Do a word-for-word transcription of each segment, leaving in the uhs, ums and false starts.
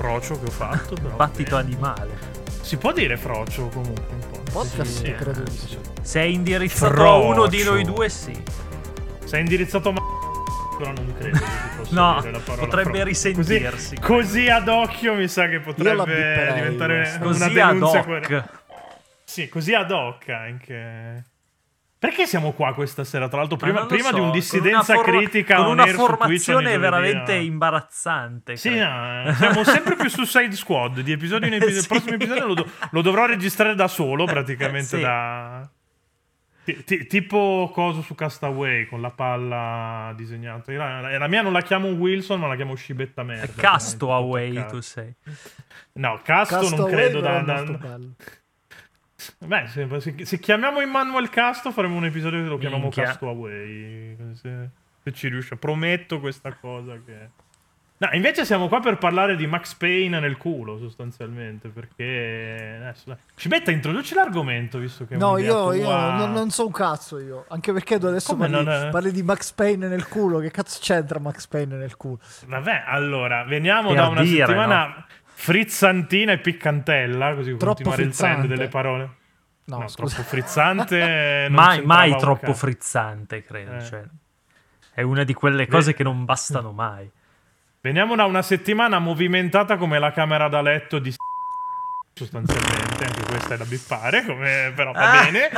frocio che ho fatto. Però Battito bene. animale. Si può dire frocio comunque un po'. Podcast Sì, credo di sì. sì. Se è indirizzato Frocio. a uno di noi due, sì. Sei indirizzato a ma... però non credo che ti possa No, dire la parola potrebbe frocio. risentirsi. Così, così ad occhio mi sa che Io la potrebbe bipperei, diventare questa. una Così ad denuncia. hoc. quella- Sì, così ad hoc anche. Perché siamo qua questa sera? Tra l'altro, Ma prima, non lo prima so, di un con dissidenza una forma- critica con on una air su Twitch formazione ogni giovedì, veramente no. imbarazzante. Sì, credo. no, siamo sempre più su Side Squad. Di episodio in episodio. Sì. Il prossimo episodio lo, do- lo dovrò registrare da solo, praticamente. Sì. da ti- ti- Tipo coso su Castaway con la palla disegnata. La, la mia non la chiamo Wilson, ma la chiamo Scibetta merda. Castaway, veramente, tu sei. No, Casto non Castaway credo. però Da, è da- molto bello. Beh, se, se, se chiamiamo Immanuel Casto, faremo un episodio che lo chiamiamo Minchia. Castaway. Se, se ci riusciamo, prometto questa cosa. Che no, invece siamo qua per parlare di Max Payne nel culo, sostanzialmente. Perché adesso, dai. Scibetta, introduci l'argomento, visto che è No, un'idea io, io tua. non, non so un cazzo io. Anche perché tu adesso Come parli, non è? parli di Max Payne nel culo. Che cazzo c'entra Max Payne nel culo? Vabbè, allora, veniamo Per da una dire, settimana frizzantina e piccantella, così per Troppo continuare il trend frizzante. delle parole. No, No, scusa. troppo frizzante. non Mai, c'entrava mai un troppo cazzo. frizzante, credo. Eh. Cioè, è una di quelle cose che non bastano mai. Veniamo da una settimana movimentata come la camera da letto di sostanzialmente, anche questa è da bippare, come... però va bene.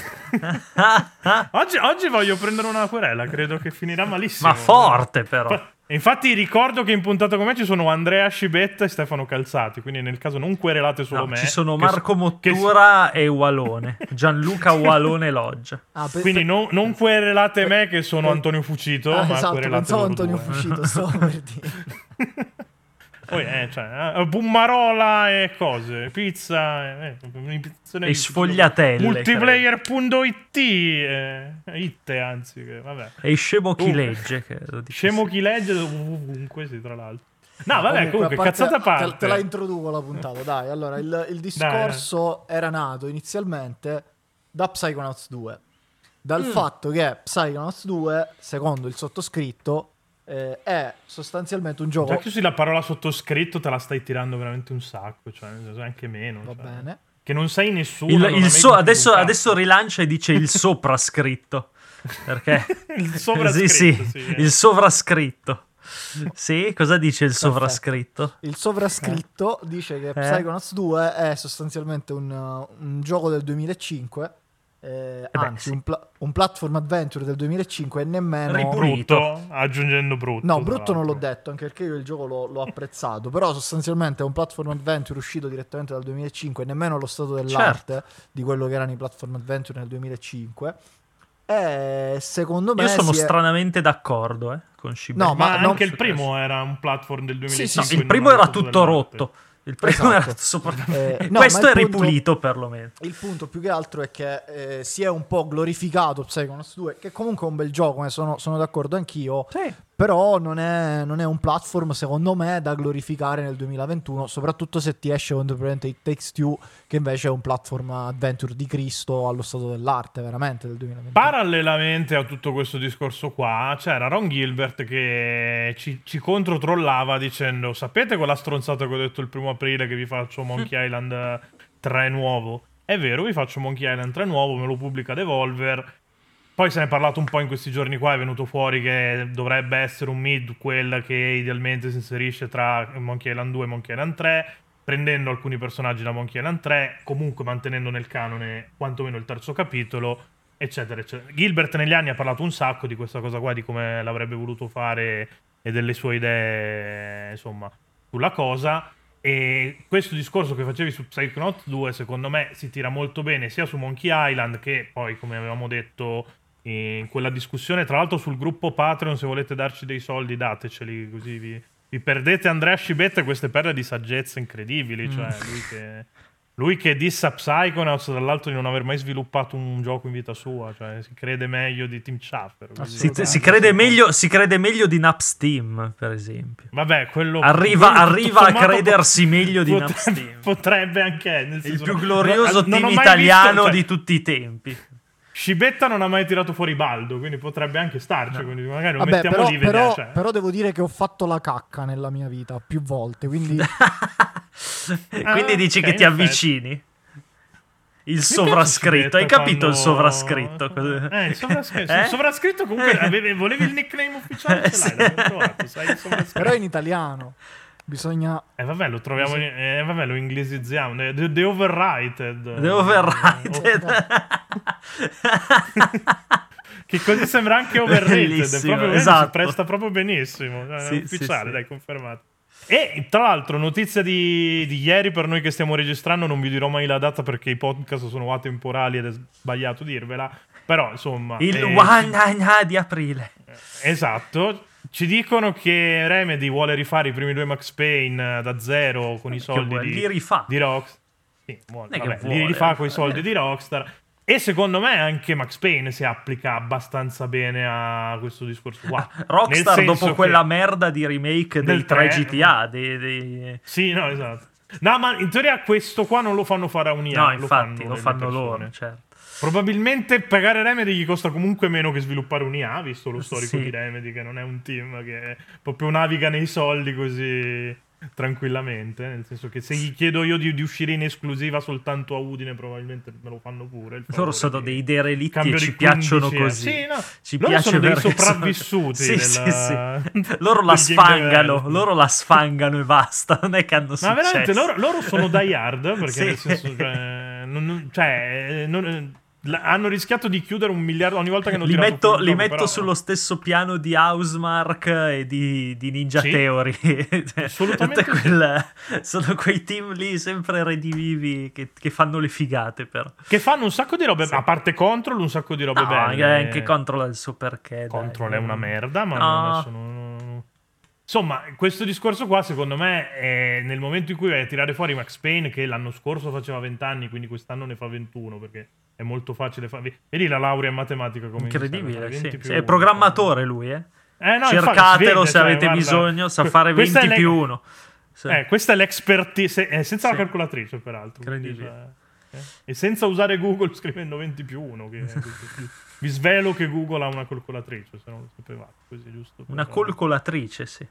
oggi, oggi voglio prendere una querela, credo che finirà malissimo. Ma forte, però. Fa- Infatti ricordo che in puntata con me ci sono Andrea Scibetta e Stefano Calzati, quindi nel caso non querelate solo No, me. ci sono che- Marco che- Mottura e Walone. Gianluca Walone Loggia. Ah, pe- Quindi pe- non, non querelate me che sono pe- Antonio Fucito, Ah, ma esatto, querelate pensavo loro Antonio due. Fucito, stavo per dire. Poi, eh, cioè, eh, Bummarola e cose, pizza, eh, un'imitazione E di- sfogliatelle, multiplayer.it, eh, it anzi, che, vabbè. E scemo chi Oh. legge. Credo, di Scemo chi legge ovunque, sì, tra l'altro. No, vabbè, comunque, a parte- cazzata a parte. Te, te la introduco la puntata, dai. Allora, il, il discorso era nato inizialmente da Psychonauts due. Dal Mm. fatto che Psychonauts due, secondo il sottoscritto, eh, è sostanzialmente un gioco... Già che usi la parola sottoscritto te la stai tirando veramente un sacco, cioè nel senso, anche meno. Va cioè, bene. Che non sei nessuno. Il, non il hai mai so- capito adesso, un cazzo. adesso rilancia e dice il soprascritto. Perché? Il sovrascritto, sì, sì, sì, eh. il sovrascritto. Sì, cosa dice il Perfetto. sovrascritto? Il sovrascritto dice che Psychonauts due è sostanzialmente un, uh, un gioco del duemilacinque, eh, beh, anzi sì. un, pla- un platform adventure del duemilacinque e nemmeno... Ripulito. Brutto, aggiungendo brutto. No, tra brutto non l'ho l'altro. detto, anche perché io il gioco l'ho, l'ho apprezzato, però sostanzialmente è un platform adventure uscito direttamente dal duemilacinque, nemmeno allo stato dell'arte Certo. di quello che erano i platform adventure nel duemilacinque. E secondo me Io sono si è- stranamente d'accordo eh, con Shibetta. No, Ma, ma anche non- il primo era un platform del duemilacinque. Sì, No, sì, il non primo allo era stato tutto dell'arte. rotto. Il primo Esatto. era sopra... Eh, no, Questo ma è il punto- ripulito perlomeno. Il punto più che altro è che eh, si è un po' glorificato Psychonauts due, che comunque è un bel gioco, eh, sono, sono d'accordo anch'io, Sì. però non è, non è un platform secondo me da glorificare nel duemilaventuno, soprattutto se ti esce contemporaneamente It Takes Two, che invece è un platform adventure di Cristo allo stato dell'arte veramente del duemilaventuno. Parallelamente a tutto questo discorso qua, c'era Ron Gilbert che ci, ci controtrollava dicendo: sapete quella stronzata che ho detto il primo aprile che vi faccio Monkey Island tre nuovo? È vero, vi faccio Monkey Island tre nuovo, me lo pubblica Devolver. Poi se ne è parlato un po' in questi giorni qua, è venuto fuori che dovrebbe essere un mid-quel che idealmente si inserisce tra Monkey Island due e Monkey Island tre, prendendo alcuni personaggi da Monkey Island tre, comunque mantenendo nel canone quantomeno il terzo capitolo, eccetera, eccetera. Gilbert negli anni ha parlato un sacco di questa cosa qua, di come l'avrebbe voluto fare e delle sue idee, insomma, sulla cosa. E questo discorso che facevi su Psychonauts due, secondo me, si tira molto bene sia su Monkey Island che poi, come avevamo detto in quella discussione, tra l'altro sul gruppo Patreon, se volete darci dei soldi dateceli, così vi, vi perdete Andrea Scibetta e queste perle di saggezza incredibili, Mm. cioè lui che... Lui che dissa Psychonauts, dall'altro di non aver mai sviluppato un gioco in vita sua, cioè si crede meglio di Tim Schafer. così. Si, Assolutamente, si crede sì. meglio, si crede meglio di Napsteam, per esempio. Vabbè, quello Arriva, quello tutto arriva a sommato credersi meglio di potrebbe, Napsteam. potrebbe anche, nel Il senso, più no- glorioso non- non team ho mai italiano visto, cioè, di tutti i tempi. Scibetta non ha mai tirato fuori Baldo, quindi potrebbe anche starci, No. quindi magari lo Vabbè, mettiamo però, lì, però, vediamo, cioè. però devo dire che ho fatto la cacca nella mia vita più volte, quindi Quindi Ah, dici ok, che in ti effetti. avvicini? Il Mi piace sovrascritto, Scibetta hai capito quando- il sovrascritto? Eh, il sovrascritto, Eh? il sovrascritto comunque avevi- volevi il nickname ufficiale, Eh, ce l'hai, sì. l'abbiamo trovato, sai il sovrascritto. però in italiano bisogna... Eh vabbè, lo troviamo, in, eh, vabbè, lo inglesizziamo. The, the overrated. The overrated. Che così sembra anche overrated. Bellissimo, Proprio, esatto. Si presta proprio benissimo. È Sì, ufficiale, sì, sì. dai, confermato. E tra l'altro, notizia di, di ieri per noi che stiamo registrando, non vi dirò mai la data perché i podcast sono atemporali ed è sbagliato dirvela. Però, insomma... Il eh, one di aprile. Esatto. Ci dicono che Remedy vuole rifare i primi due Max Payne eh, da zero con i soldi vuole? di, Li rifà. di Rockstar. Sì, vuole, Non è che vabbè, vuole. li rifà con i soldi di Rockstar. E secondo me anche Max Payne si applica abbastanza bene a questo discorso qua. Rockstar Nel dopo senso quella che- merda di remake dei Del tre tre, G T A. Dei, dei- Sì, no, esatto. No, ma in teoria questo qua non lo fanno fare a un I A. No, lo infatti, lo le fanno persone. loro, certo. Probabilmente pagare Remedy gli costa comunque meno che sviluppare un I A, visto lo storico Sì. di Remedy, che non è un team che proprio naviga nei soldi così tranquillamente. Nel senso che se gli chiedo io di, di uscire in esclusiva soltanto a Udine, probabilmente me lo fanno pure. il Loro favore sono di- dei derelitti cambio e di ci piacciono quindici così. Sì, no. Ci Loro piace sono dei perché sono- sopravvissuti Sì, sì, della- sì. Loro la del game sfangano, development. loro la sfangano e basta. Non è che hanno Ma successo. veramente loro, loro sono die hard perché Sì. nel senso cioè, non- non- cioè, non- la- hanno rischiato di chiudere un miliardo ogni volta che hanno Li tirato metto, fuori un li gioco, metto però- sullo stesso piano di Housemark e di, di Ninja Sì. Theory. Assolutamente Tutte sì. quelle- sono quei team lì sempre redivivi che, che fanno le figate però. Che fanno un sacco di robe, Sì. a parte Control, un sacco di robe No, belle. anche, anche Control ha il suo perché. dai. Control è una merda, ma No. adesso non- non- Insomma, questo discorso qua, secondo me, è nel momento in cui vai a tirare fuori Max Payne, che l'anno scorso faceva venti anni, quindi quest'anno ne fa ventuno, perché è molto facile fare... Vedi la laurea in matematica come Incredibile, sì. venti più Sì, è uno. programmatore lui, eh. Eh, no, infatti, Cercatelo si vede, se cioè, avete guarda, bisogno, sa fare questa è venti le- più uno. Sì. Eh, questa è l'expertise, eh, senza Sì. la calcolatrice, peraltro. quindi, Incredibile. cioè, eh. E senza usare Google scrivendo venti più uno. Che, vi svelo che Google ha una calcolatrice, se non lo sapevate. Così, giusto per- Una calcolatrice, sì.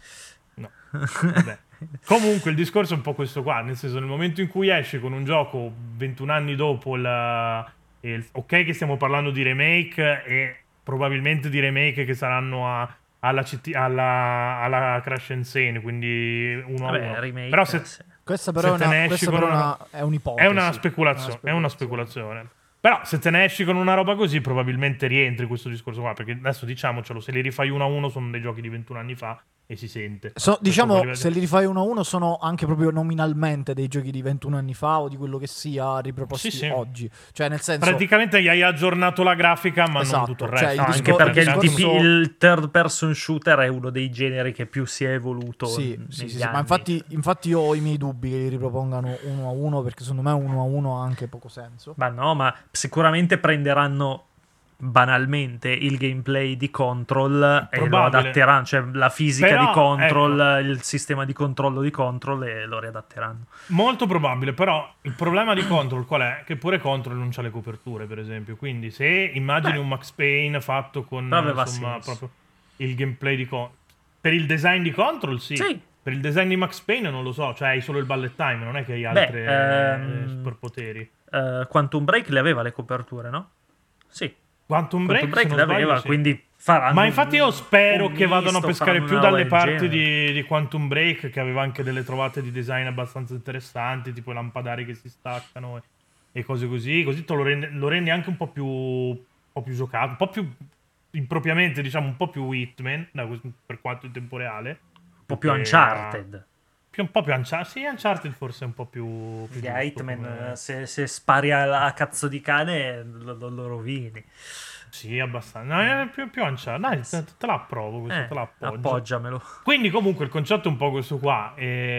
No. Vabbè. Comunque il discorso è un po' questo qua, nel senso nel momento in cui esci con un gioco ventuno anni dopo il, il- ok che stiamo parlando di remake e probabilmente di remake che saranno a- alla, C T alla, alla Crash Insane, quindi uno a Vabbè, uno. remake, Però se, sì. Questa se però è te ne una, esci questa con però è una- una- è un'ipotesi. è una speculazione, è una speculazione. Però se te ne esci con una roba così probabilmente rientri in questo discorso qua, perché adesso diciamocelo, se li rifai uno a uno sono dei giochi di ventuno anni fa e si sente. So- diciamo, Questo poi se li rifai uno a uno sono anche proprio nominalmente dei giochi di ventuno anni fa o di quello che sia riproposti Sì, sì. oggi. Cioè, nel senso... praticamente gli hai aggiornato la grafica, ma Esatto, non tutto il cioè, resto. il No, anche discor- perché il il, discorso- tipi- il third person shooter è uno dei generi che più si è evoluto Sì, negli sì, sì, sì, anni. ma infatti, infatti io ho i miei dubbi che li ripropongano uno a uno, perché secondo me uno a uno ha anche poco senso. Ma no, ma sicuramente prenderanno banalmente il gameplay di Control e lo Probabile. adatteranno, cioè la fisica Però, di Control, ecco. il sistema di controllo di Control e lo riadatteranno. Molto probabile, però il problema di Control qual è? Che pure Control non c'ha le coperture, per esempio. Quindi se immagini Beh. un Max Payne fatto con Però aveva insomma senso. proprio il gameplay di Control. Per il design di Control sì. Sì. Per il design di Max Payne non lo so, cioè hai solo il bullet time, non è che hai Beh, altre ehm, eh, superpoteri. Eh, Quantum Break le aveva le coperture, no? Sì. Quantum Break, Quantum Break se le non sbaglio, aveva, sì. quindi faranno Ma infatti io un- spero un che vadano a misto, pescare faranno più una roba dalle del parti genere. di, di Quantum Break, che aveva anche delle trovate di design abbastanza interessanti, tipo i lampadari che si staccano e, e cose così. Così te lo rende, lo rende anche un po' più, un po' più giocato, un po' più impropriamente, diciamo, un po' più Hitman, da questo- per quanto in tempo reale. Un po' più Perché Uncharted. ha- più- un po' più Uncharted. Sì, Uncharted forse è un po' più... più Gli giusto Hitman, come- eh, se, se spari a, a cazzo di cane lo, lo- lo rovini. Sì, abbastanza. No, è più, più Uncharted. Dai, te, te la approvo, questo Eh, te la appoggio. appoggiamelo. Quindi comunque il concetto è un po' questo qua.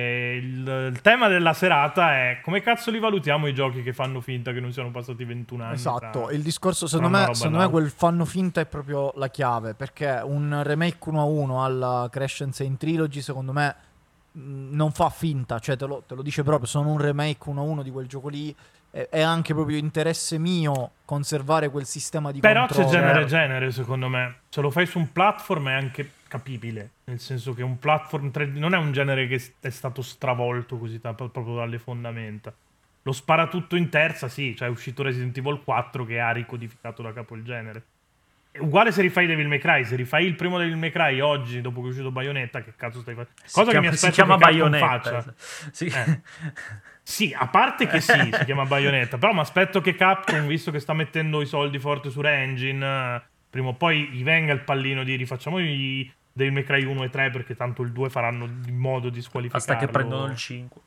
E il, il tema della serata è come cazzo li valutiamo i giochi che fanno finta che non siano passati ventuno anni. Esatto, tra- il discorso tra secondo una me, roba e secondo me l'altra. quel fanno finta è proprio la chiave, perché un remake uno a uno alla Crash Insane Trilogy secondo me mh, non fa finta, cioè te lo, te lo dice proprio, sono un remake uno a uno di quel gioco lì è, è anche proprio interesse mio conservare quel sistema di Però controllo. c'è genere genere, secondo me. Se lo fai su un platform è anche capibile, nel senso che un platform tre D non è un genere che è stato stravolto così tanto proprio dalle fondamenta. Lo sparatutto in terza, sì, cioè è uscito Resident Evil quattro che ha ricodificato da capo il genere. È uguale se rifai Devil May Cry, se rifai il primo Devil May Cry oggi, dopo che è uscito Bayonetta, che cazzo stai facendo? Cosa Si che chiama, mi si aspetto chiama che Capcom Bayonetta. faccia. Sì. Eh. Sì, a parte che sì, si chiama Bayonetta, però mi aspetto che Capcom, visto che sta mettendo i soldi forti su Re-Engine, prima o poi gli venga il pallino di rifacciamo i Devil May Cry uno e tre, perché tanto il due faranno in modo di squalificarlo. Basta che prendono il cinque.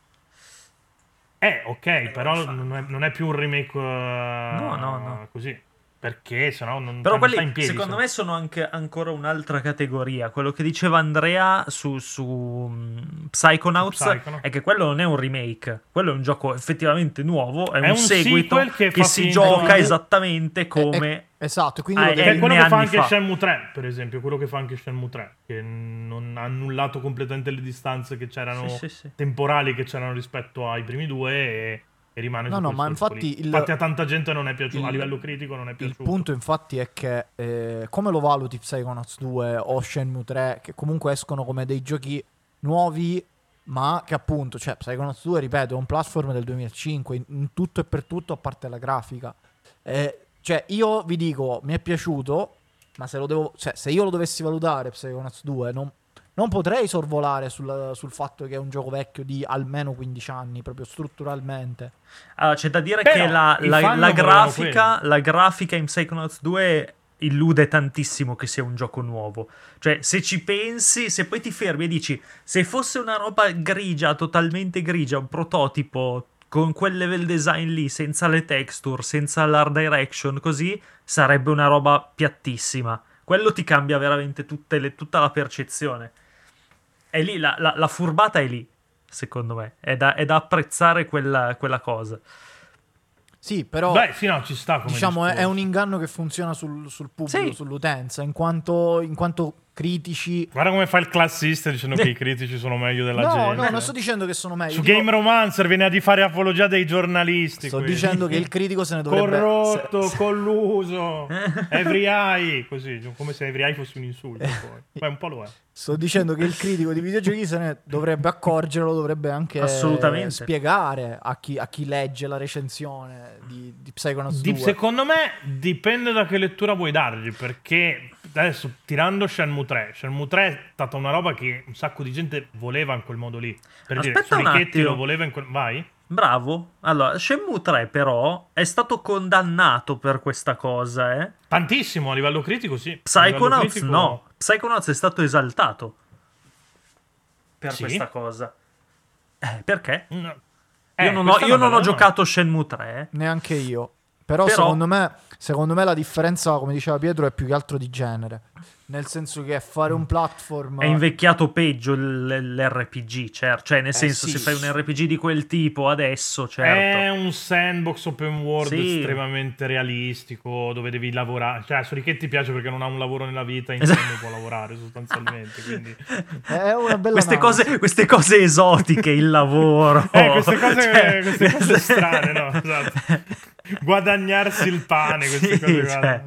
Eh, ok, Eh, però lo fanno. non è, non è più un remake uh, No, no, no. così, perché sennò non, Però non sta quelli, in piedi. secondo se- me, sono anche ancora un'altra categoria. Quello che diceva Andrea su, su um, Psychonauts Su Psychonaut. è che quello non è un remake, quello è un gioco effettivamente nuovo, è, È un, un seguito sequel che che, fa si finta gioca di- esattamente come... Eh, eh, esatto, quindi Ah, lo è- Che devi- è quello ne che fa anni anche fa. Shenmue tre, per esempio, quello che fa anche Shenmue tre, che non ha annullato completamente le distanze che c'erano, Sì, sì, sì. temporali che c'erano rispetto ai primi due e, e rimane No, su no, quel ma solco lì. infatti il- Infatti a tanta gente non è piaciuto, a il- livello critico non è Il piaciuto. punto infatti è che eh, come lo valuti Psychonauts due o Shenmue tre, che comunque escono come dei giochi nuovi, ma che appunto, cioè Psychonauts due, ripeto, è un platform del duemilacinque, in, in tutto e per tutto a parte la grafica. Eh, cioè io vi dico, mi è piaciuto, ma se lo devo, cioè se io lo dovessi valutare Psychonauts due, non, non potrei sorvolare sul, sul fatto che è un gioco vecchio di almeno quindici anni, proprio strutturalmente. Allora, c'è da dire Però che la, i la- fan la non volevano grafica, la grafica in Psychonauts due illude tantissimo che sia un gioco nuovo. Cioè, se ci pensi, se poi ti fermi e dici, se fosse una roba grigia, totalmente grigia, un prototipo con quel level design lì, senza le texture, senza l'art direction, così, sarebbe una roba piattissima. Quello ti cambia veramente tutte le- tutta la percezione. È lì, la, la- la furbata è lì, secondo me. È da, è da apprezzare quella, quella cosa. Sì, però Beh, sì, no, ci sta come diciamo è, è discorso. un inganno che funziona sul, sul pubblico, Sì. sull'utenza, in quanto, in quanto critici. Guarda come fa il classista dicendo che i critici sono meglio della No, gente. no, non sto dicendo che sono meglio. Su dico- Game Romancer viene a di fare apologia dei giornalisti. sto qui. dicendo che il critico se ne dovrebbe Corrotto, se- se- colluso, every eye, così, come se every eye fosse un insulto poi. Beh, un po' lo è. sto dicendo che il critico di videogiochi se ne dovrebbe accorgere, lo dovrebbe anche Assolutamente. spiegare a chi, a chi legge la recensione di, di Psychonauts Di- due. secondo me dipende da che lettura vuoi dargli, perché adesso tirando Shenmue tre, Shenmue tre è stata una roba che un sacco di gente voleva in quel modo lì. Per Aspetta dire, un Sorichetti attimo. lo voleva in quel... Vai? Bravo. Allora, Shenmue tre però è stato condannato per questa cosa, eh. Tantissimo, a livello critico sì. A livello Psychonauts critico- no. Psychonauts è stato esaltato per Sì? questa cosa. Eh, perché? No. Io Eh, non ho, questa è io una non ho bella giocato Shenmue tre, eh. Neanche io. Però, Però- secondo me secondo me la differenza, come diceva Pietro, è più che altro di genere. Nel senso che fare un platform È invecchiato peggio l- l'R P G, certo. Cioè, nel Eh, senso, sì. se fai un R P G di quel tipo adesso, certo. È un sandbox open world Sì. estremamente realistico dove devi lavorare. Cioè, a Sorichetti piace perché non ha un lavoro nella vita e Esatto. insieme può lavorare sostanzialmente. Quindi... è una bella Queste analisi. cose, queste cose esotiche, il lavoro. Eh, queste cose, Cioè- queste cose strane, no? Esatto. Guadagnarsi il pane, queste Sì, cose qua. cioè.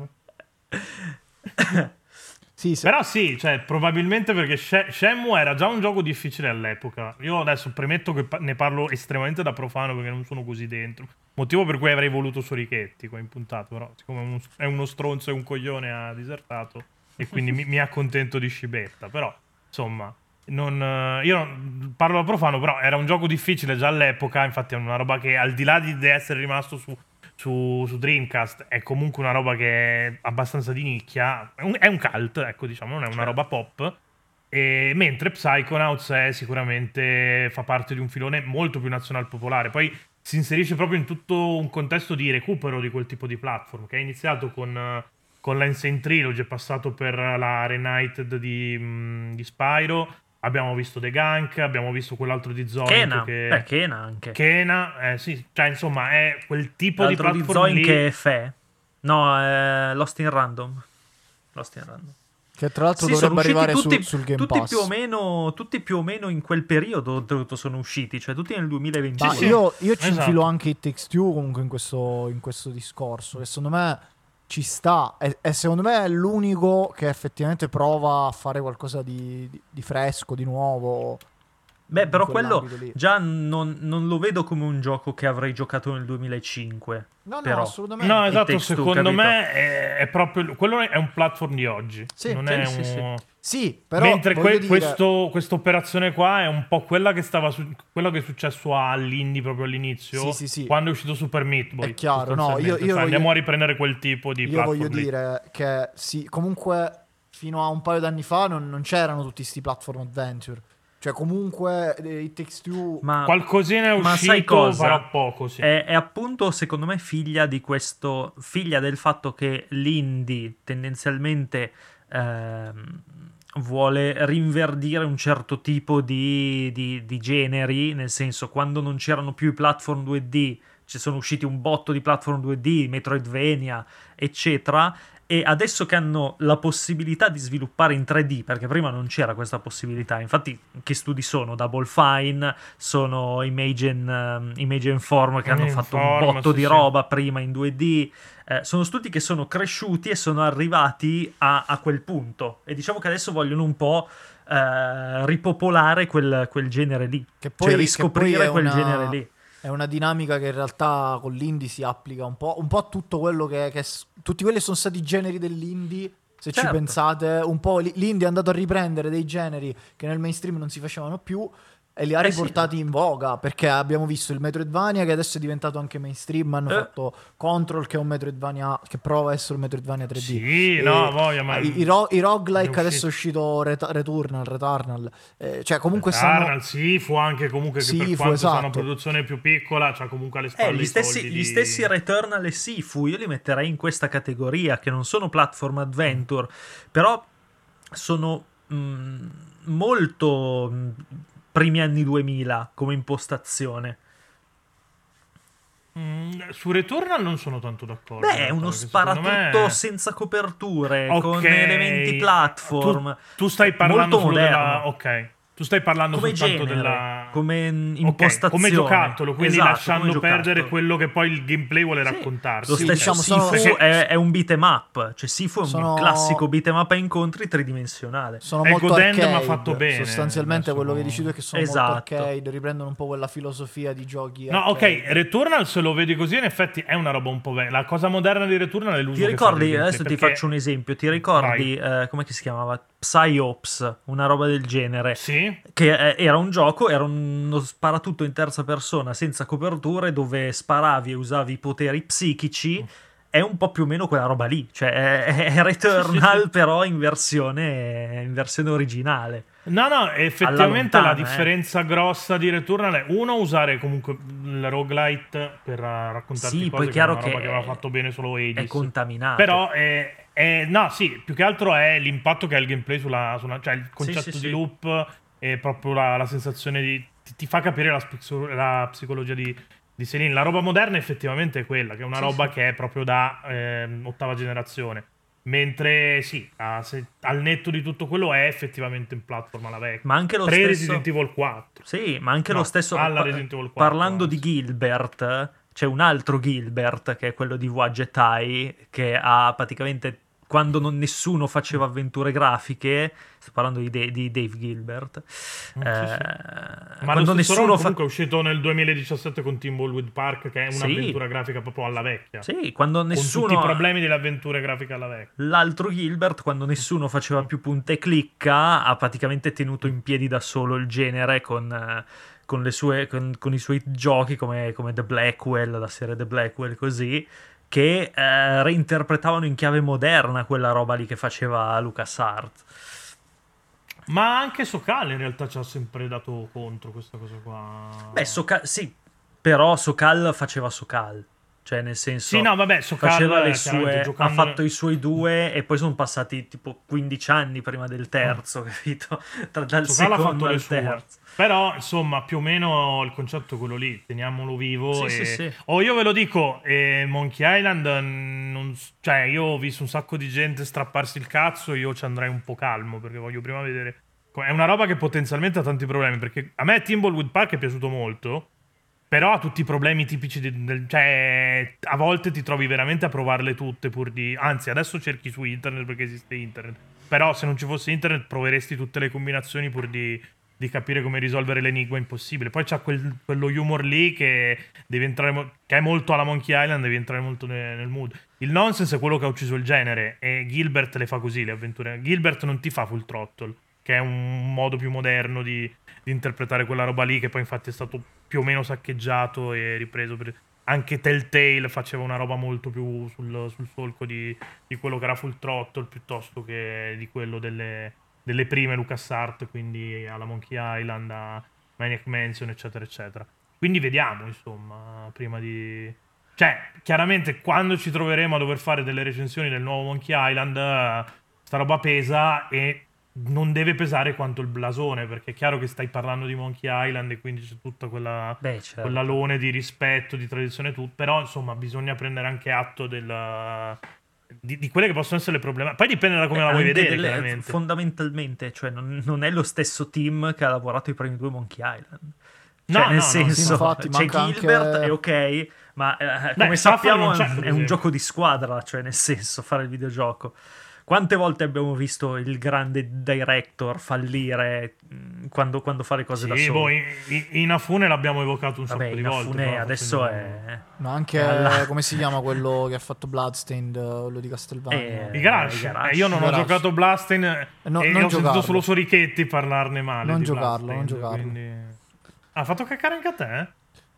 Sì, sì. Però sì, cioè, probabilmente perché She- Shenmue era già un gioco difficile all'epoca. Io adesso premetto che pa- ne parlo estremamente da profano perché non sono così dentro. Motivo per cui avrei voluto Sorichetti qua in puntata, però siccome è uno, è uno stronzo e un coglione ha disertato e quindi mi, mi accontento di scibetta. Però, insomma, non, eh, io non- parlo da profano, però era un gioco difficile già all'epoca, infatti è una roba che al di là di di essere rimasto su... Su, su Dreamcast è comunque una roba che è abbastanza di nicchia, è un, è un cult, ecco, diciamo, non è una Certo. roba pop. E, mentre Psychonauts è sicuramente fa parte di un filone molto più nazional popolare. Poi si inserisce proprio in tutto un contesto di recupero di quel tipo di platform che è iniziato con, eh, con l'Ancient Trilogy, è passato per la Reunited di, mh, di Spyro. Abbiamo visto The Gunk, abbiamo visto quell'altro di Zoink Kena, che... beh, Kena anche. Kena, eh, sì, cioè insomma è quel tipo di L'altro di platform Zoink lì. è Fe. No, è Lost in Random. Lost in Random. Che tra l'altro Sì, sono dovrebbe usciti arrivare tutti, su- sul Game tutti Pass. più o meno, tutti più o meno in quel periodo dove sono usciti, cioè tutti nel duemilaventuno. Ma Sì, sì. io, io ci Esatto. infilo anche It Takes Two comunque in questo, in questo discorso, che secondo me ci sta, e, e secondo me è l'unico che effettivamente prova a fare qualcosa di, di- di fresco, di nuovo. Beh, in però quello quell'ambito lì. già non, non lo vedo come un gioco che avrei giocato nel duemilacinque. No, no, però. assolutamente. No, It esatto, Takes Two, secondo capito? me è, è proprio quello è un platform di oggi. Sì, non sì, è sì, un... sì. Sì, però Mentre voglio que- dire, questo, questa operazione qua è un po' quella che stava su- quello che è successo all'indie proprio all'inizio, Sì, sì, sì. quando è uscito Super Meat Boy. È chiaro, no, io- sostanzialmente. io Cioè, voglio- andiamo a riprendere quel tipo di io platform voglio lì. dire che sì, comunque fino a un paio d'anni fa non, non c'erano tutti sti platform adventure. Cioè comunque eh, It Takes Two... Ma, Qualcosina è ma sai uscito, cosa? però poco, sì. È, è appunto, secondo me, figlia di questo, figlia del fatto che l'indie tendenzialmente ehm, vuole rinverdire un certo tipo di, di- di generi, nel senso, quando non c'erano più i platform due D, ci sono usciti un botto di platform due D, Metroidvania, eccetera. E adesso che hanno la possibilità di sviluppare in tre D, perché prima non c'era questa possibilità, infatti che studi sono? Double Fine, sono Imagen, ehm, Imagen Form che hanno Imagen fatto un Form, botto sì, di sì. roba prima in due D, eh, sono studi che sono cresciuti e sono arrivati a, a quel punto, e diciamo che adesso vogliono un po' eh, ripopolare quel, quel genere lì, Che poi, cioè che riscoprire poi è quel una- genere lì. È una dinamica che in realtà con l'indie si applica un po', un po' a tutto quello che, che s- tutti quelli sono stati i generi dell'indie. Se ci Certo. pensate, un po' l- l'indie è andato a riprendere dei generi che nel mainstream non si facevano più e li ha Eh sì. riportati in voga, perché abbiamo visto il Metroidvania che adesso è diventato anche mainstream, hanno Eh. fatto Control che è un Metroidvania che prova a essere un Metroidvania tre D. Sì, E- no, voglia, ma ah, i, i, ro- i è roguelike adesso uscito. è uscito Ret- Returnal, Returnal, eh, cioè comunque stanno... Returnal, sì, fu anche comunque che per Sifu, quanto sia una esatto. produzione più piccola, c'ha comunque alle spalle Eh, gli i stessi, soldi gli di- stessi Returnal e Sifu io li metterei in questa categoria, che non sono platform adventure, però sono mh, molto mh, primi anni duemila come impostazione. Mm, su Returnal non sono tanto d'accordo. Beh, in è realtà, uno perché secondo sparatutto me- senza coperture, Ok, con elementi platform. Tu, tu stai parlando molto solo moderno. della... Ok, tu stai parlando Come soltanto genere, della... come mh, Ok, impostazione. come giocattolo, quindi Esatto, lasciando come perdere giocattolo. quello che poi il gameplay vuole Sì, raccontarsi. Lo Sì, stesso diciamo, Sifu sono- è, è un beat'em up, cioè Sifu è un Sono- classico beat'em up a incontri tridimensionale. Sono E molto Godend m'ha arcade, fatto bene, sostanzialmente adesso quello che no. dici tu è che sono Esatto. molto arcade, riprendono un po' quella filosofia di giochi No, ok, arcade. Returnal se lo vedi così in effetti è una roba un po' vecchia. La cosa moderna di Returnal è l'uso Ti che fa del ricordi, gameplay, adesso ti perché- faccio un esempio, ti ricordi, eh, come si chiamava? Psyops, una roba del genere. Sì? Che eh, era un gioco, era uno sparatutto in terza persona senza coperture dove sparavi e usavi i poteri psichici. È un po' più o meno quella roba lì, cioè è, è Returnal Sì, sì, sì. però in versione, in versione originale. No, no, effettivamente Alla la lontana, eh. differenza grossa di Returnal è uno, usare comunque il roguelite per uh, raccontarti Sì, cose, poi che è chiaro una roba che che aveva fatto bene solo Hades. È contaminato. Però è, è- no, sì, più che altro è l'impatto che ha il gameplay sulla, sulla- cioè il concetto sì, di sì. loop e proprio la, la sensazione di ti, ti fa capire la, spixo- la psicologia di di Selene. La roba moderna effettivamente è quella, che è una Sì, roba sì. che è proprio da ehm, ottava generazione. Mentre sì, a- se- al netto di tutto quello è effettivamente in platform alla vecchia. Ma anche lo Pre stesso... Resident Evil quattro. Sì, ma anche No, lo stesso... alla pa- Resident Evil quattro, parlando anzi. di Gilbert, c'è un altro Gilbert, che è quello di Wagetai, che ha praticamente... Quando non- nessuno faceva avventure grafiche, sto parlando di, Da- di Dave Gilbert, Mm, eh, sì, sì. Ma quando lo stesso nessuno ROM fa... comunque è uscito nel duemiladiciassette con Thimbleweed Park, che è Sì. un'avventura grafica proprio alla vecchia. Sì, quando Con nessuno... tutti i problemi delle avventure grafiche alla vecchia. L'altro Gilbert, quando nessuno faceva più punta e clicca, ha praticamente tenuto in piedi da solo il genere con, eh, con, le sue, con, con i suoi giochi come, come The Blackwell, la serie The Blackwell, così, che eh, reinterpretavano in chiave moderna quella roba lì che faceva LucasArts. Ma anche Sokal in realtà ci ha sempre dato contro questa cosa qua. Beh, Sokal, sì, però Sokal faceva Sokal. Cioè, nel senso, Sì, no, vabbè, Socal, faceva le chiaramente, sue, giocando- ha fatto i suoi due e poi sono passati tipo quindici anni prima del terzo, capito? Tra, dal Socal ha secondo fatto le al sue. terzo. Però, insomma, più o meno il concetto è quello lì, teniamolo vivo. Sì, e... sì, sì. Oh, io ve lo dico, eh, Monkey Island, mm, non s- cioè, io ho visto un sacco di gente strapparsi il cazzo, io ci andrei un po' calmo, perché voglio prima vedere... È una roba che potenzialmente ha tanti problemi, perché a me Thimbleweed Park è piaciuto molto, però ha tutti i problemi tipici di- del... Cioè, a volte ti trovi veramente a provarle tutte pur di... Anzi, adesso cerchi su internet perché esiste internet. Però se non ci fosse internet proveresti tutte le combinazioni pur di, di capire come risolvere l'enigma impossibile. Poi c'ha quel- quello humor lì che devi entrare... mo- che è molto alla Monkey Island, devi entrare molto ne- nel mood. Il nonsense è quello che ha ucciso il genere e Gilbert le fa così, le avventure. Gilbert non ti fa Full Throttle, che è un modo più moderno di, di interpretare quella roba lì, che poi infatti è stato più o meno saccheggiato e ripreso. Per... Anche Telltale faceva una roba molto più sul, sul solco di, di quello che era Full Throttle, piuttosto che di quello delle, delle prime LucasArts, quindi alla Monkey Island, a Maniac Mansion, eccetera, eccetera. Quindi vediamo, insomma, prima di... Cioè, chiaramente quando ci troveremo a dover fare delle recensioni del nuovo Monkey Island, eh, sta roba pesa e non deve pesare quanto il blasone, perché è chiaro che stai parlando di Monkey Island e quindi c'è tutta quella, Beh, certo. quell'alone di rispetto, di tradizione e tutto, però insomma bisogna prendere anche atto del, di, di quelle che possono essere le problematiche. Poi dipende da come la vuoi Anche vedere, delle- chiaramente. fondamentalmente, cioè non, non è lo stesso team che ha lavorato i primi due Monkey Island. No, Cioè, no, nel no, senso, sì, infatti, c'è manca Gilbert, anche- è ok, ma eh, come Beh, sappiamo Safran non c'è, è, per è un esempio. gioco di squadra, cioè nel senso, fare il videogioco. Quante volte abbiamo visto il grande director fallire mh, quando, quando fa le cose da Sì, solo? boh, in- in- Inafune l'abbiamo evocato un Vabbè, sacco di volte. Inafune però adesso facendo- è... Ma anche, Alla- come si chiama quello che ha fatto Bloodstained, quello di Castlevania? Eh, I Garage. I Garage. Eh, io non I ho Garage. giocato Blastain Eh, no- e non ho sentito giocarlo. solo Sorichetti parlarne male. Non di giocarlo, non Bloodstained, giocarlo. quindi- Ah, ha fatto caccare anche a te? eh?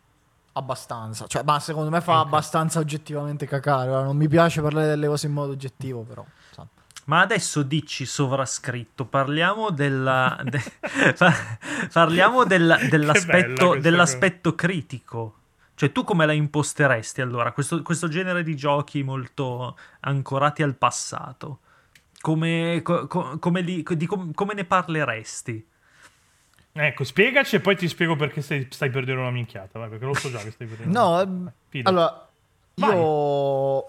Abbastanza. Cioè, ma secondo me fa Ok. abbastanza oggettivamente cacare. Ora, non mi piace parlare delle cose in modo oggettivo, però. sa. Ma adesso dici sovrascritto, parliamo della, de- fa- parliamo del- bella dell'aspetto, questa dell'aspetto critico. Cioè, tu come la imposteresti allora? Questo, questo genere di giochi molto ancorati al passato. Come, co- co- come li- di com- come ne parleresti? Ecco, spiegaci e poi ti spiego perché stai, stai per dire una minchiata. Vai, perché lo so già che stai per dire. No, una ehm, minchiata. Fidati. allora, Vai. io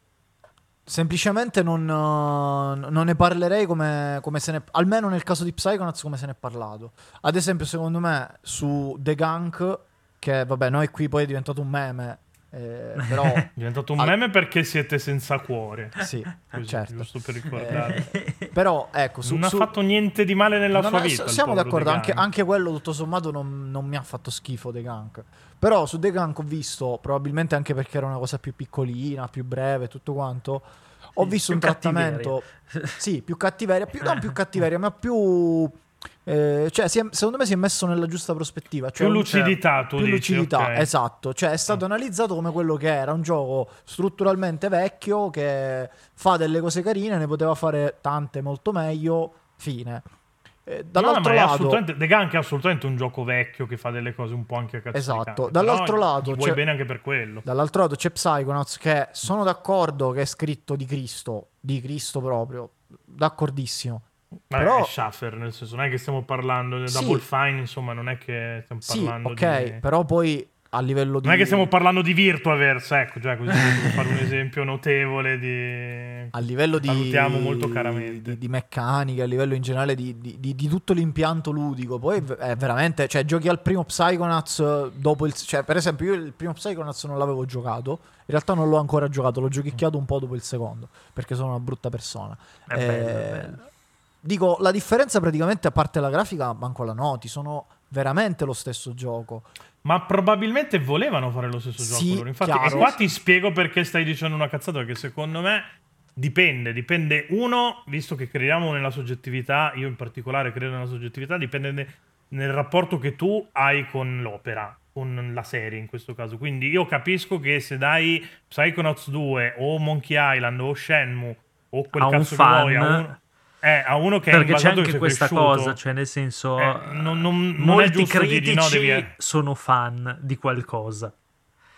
semplicemente non, eh, non ne parlerei come, come se ne... Almeno nel caso di Psychonauts come se ne è parlato. Ad esempio, secondo me, su The Gunk, che vabbè, noi qui poi è diventato un meme, eh, però... È diventato un Al- meme perché siete senza cuore. sì, Così, certo. giusto per ricordare. Eh, però, ecco, su... non su- ha fatto niente di male nella non sua è- vita. il siamo povero d'accordo, The anche, Gun. anche quello tutto sommato non, non mi ha fatto schifo The Gunk. Però su The Gunk ho visto, probabilmente anche perché era una cosa più piccolina, più breve, tutto quanto, ho Sì, visto più un trattamento, sì, più cattiveria, più, non più cattiveria, ma più... eh, cioè, si è- secondo me si è messo nella giusta prospettiva. Cioè Più un- lucidità, tu più dici, lucidità, ok. esatto. Cioè, è stato analizzato come quello che era, un gioco strutturalmente vecchio che fa delle cose carine, ne poteva fare tante molto meglio, fine. Eh, No, dall'altro ma è lato, assolutamente, The Gunk è assolutamente un gioco vecchio che fa delle cose un po' anche a cazzo Esatto. di cane. Dall'altro Però lato gli vuoi c'è- bene anche per quello. dall'altro lato c'è Psychonauts che sono d'accordo che è scritto di Cristo, di Cristo proprio, d'accordissimo. Vabbè, però- è Schaffer, nel senso, non è che stiamo parlando del Sì. Double Fine, insomma, non è che stiamo Sì, parlando ok, di... però poi a livello di... Non è che stiamo parlando di Virtuaverse, ecco, già così per fare un esempio notevole di... a livello di, Salutiamo molto caramente. di, di meccanica, a livello in generale di, di- di- di tutto l'impianto ludico. Poi è v- è veramente, cioè, giochi al primo Psychonauts eh, dopo il, cioè, per esempio, io il primo Psychonauts non l'avevo giocato, in realtà non l'ho ancora giocato, l'ho giochicchiato un po' dopo il secondo, perché sono una brutta persona. È bello, è Eh, bello. Dico, la differenza praticamente, a parte la grafica, manco la noti, sono veramente lo stesso gioco. Ma probabilmente volevano fare lo stesso Sì, gioco loro. Infatti, chiaro. e qua ti spiego perché stai dicendo una cazzata, perché secondo me dipende, dipende uno, visto che crediamo nella soggettività, io in particolare credo nella soggettività, dipende ne- nel rapporto che tu hai con l'opera, con la serie in questo caso. Quindi io capisco che se dai Psychonauts due o Monkey Island o Shenmue o quel A un cazzo che vuoi, a fan, uno, eh, a uno che è perché c'è invasato, che anche sei questa cresciuto, cosa, cioè nel senso, eh, non- non- non è molti giusto dirgli, critici no, devi- sono fan di qualcosa.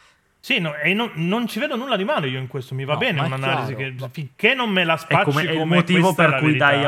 Sì, no, e non, non ci vedo nulla di male io in questo, mi va No, bene ma è un'analisi chiaro. che finché non me la È, spacci come, è il come motivo questa è per la cui verità. dai a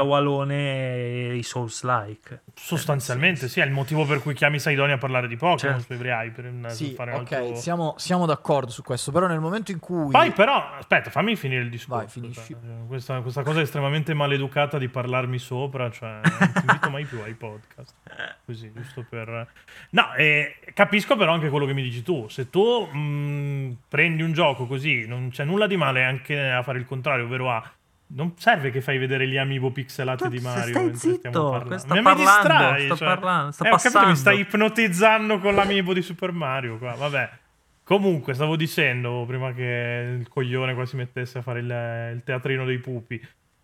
Walone i Souls-like. Sostanzialmente sì, è il motivo per cui chiami Saidoni a parlare di Pokémon Certo. su Every Eye, per un- Sì, fare un ok, altro... siamo, siamo d'accordo su questo, però nel momento in cui... Poi però, aspetta, fammi finire il discorso. Vai, finisci. cioè, questa, questa cosa estremamente maleducata di parlarmi sopra, cioè non ti invito mai più ai podcast. Così, giusto per... No, eh, capisco però anche quello che mi dici tu. Se tu mh, prendi un gioco così, non c'è nulla di male anche a fare il contrario, ovvero a... Non serve che fai vedere gli amiibo pixelati di Mario. Stai mentre stiamo zitto, parlando. sta Mi- mi parlando, distrai, sta cioè. parlando, sta Eh, ho capito, mi passando. stai ipnotizzando con l'amiibo di Super Mario qua. Vabbè. Comunque, stavo dicendo, prima che il coglione qua si mettesse a fare il, il teatrino dei pupi.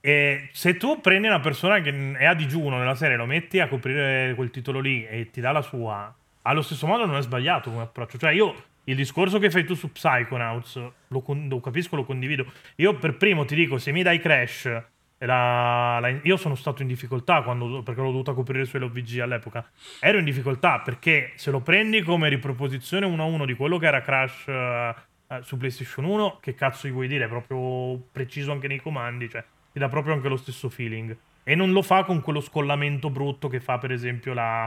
E se tu prendi una persona che è a digiuno nella serie, lo metti a coprire quel titolo lì e ti dà la sua, allo stesso modo non è sbagliato come approccio. Cioè io, il discorso che fai tu su Psychonauts, lo, con- lo capisco, lo condivido. Io per primo ti dico, se mi dai Crash, e la- la- io sono stato in difficoltà quando, perché l'ho dovuta coprire su L O V G all'epoca. Ero in difficoltà perché se lo prendi come riproposizione uno a uno di quello che era Crash eh, eh, su PlayStation uno, che cazzo gli vuoi dire? È proprio preciso anche nei comandi, cioè ti dà proprio anche lo stesso feeling. E non lo fa con quello scollamento brutto che fa per esempio la,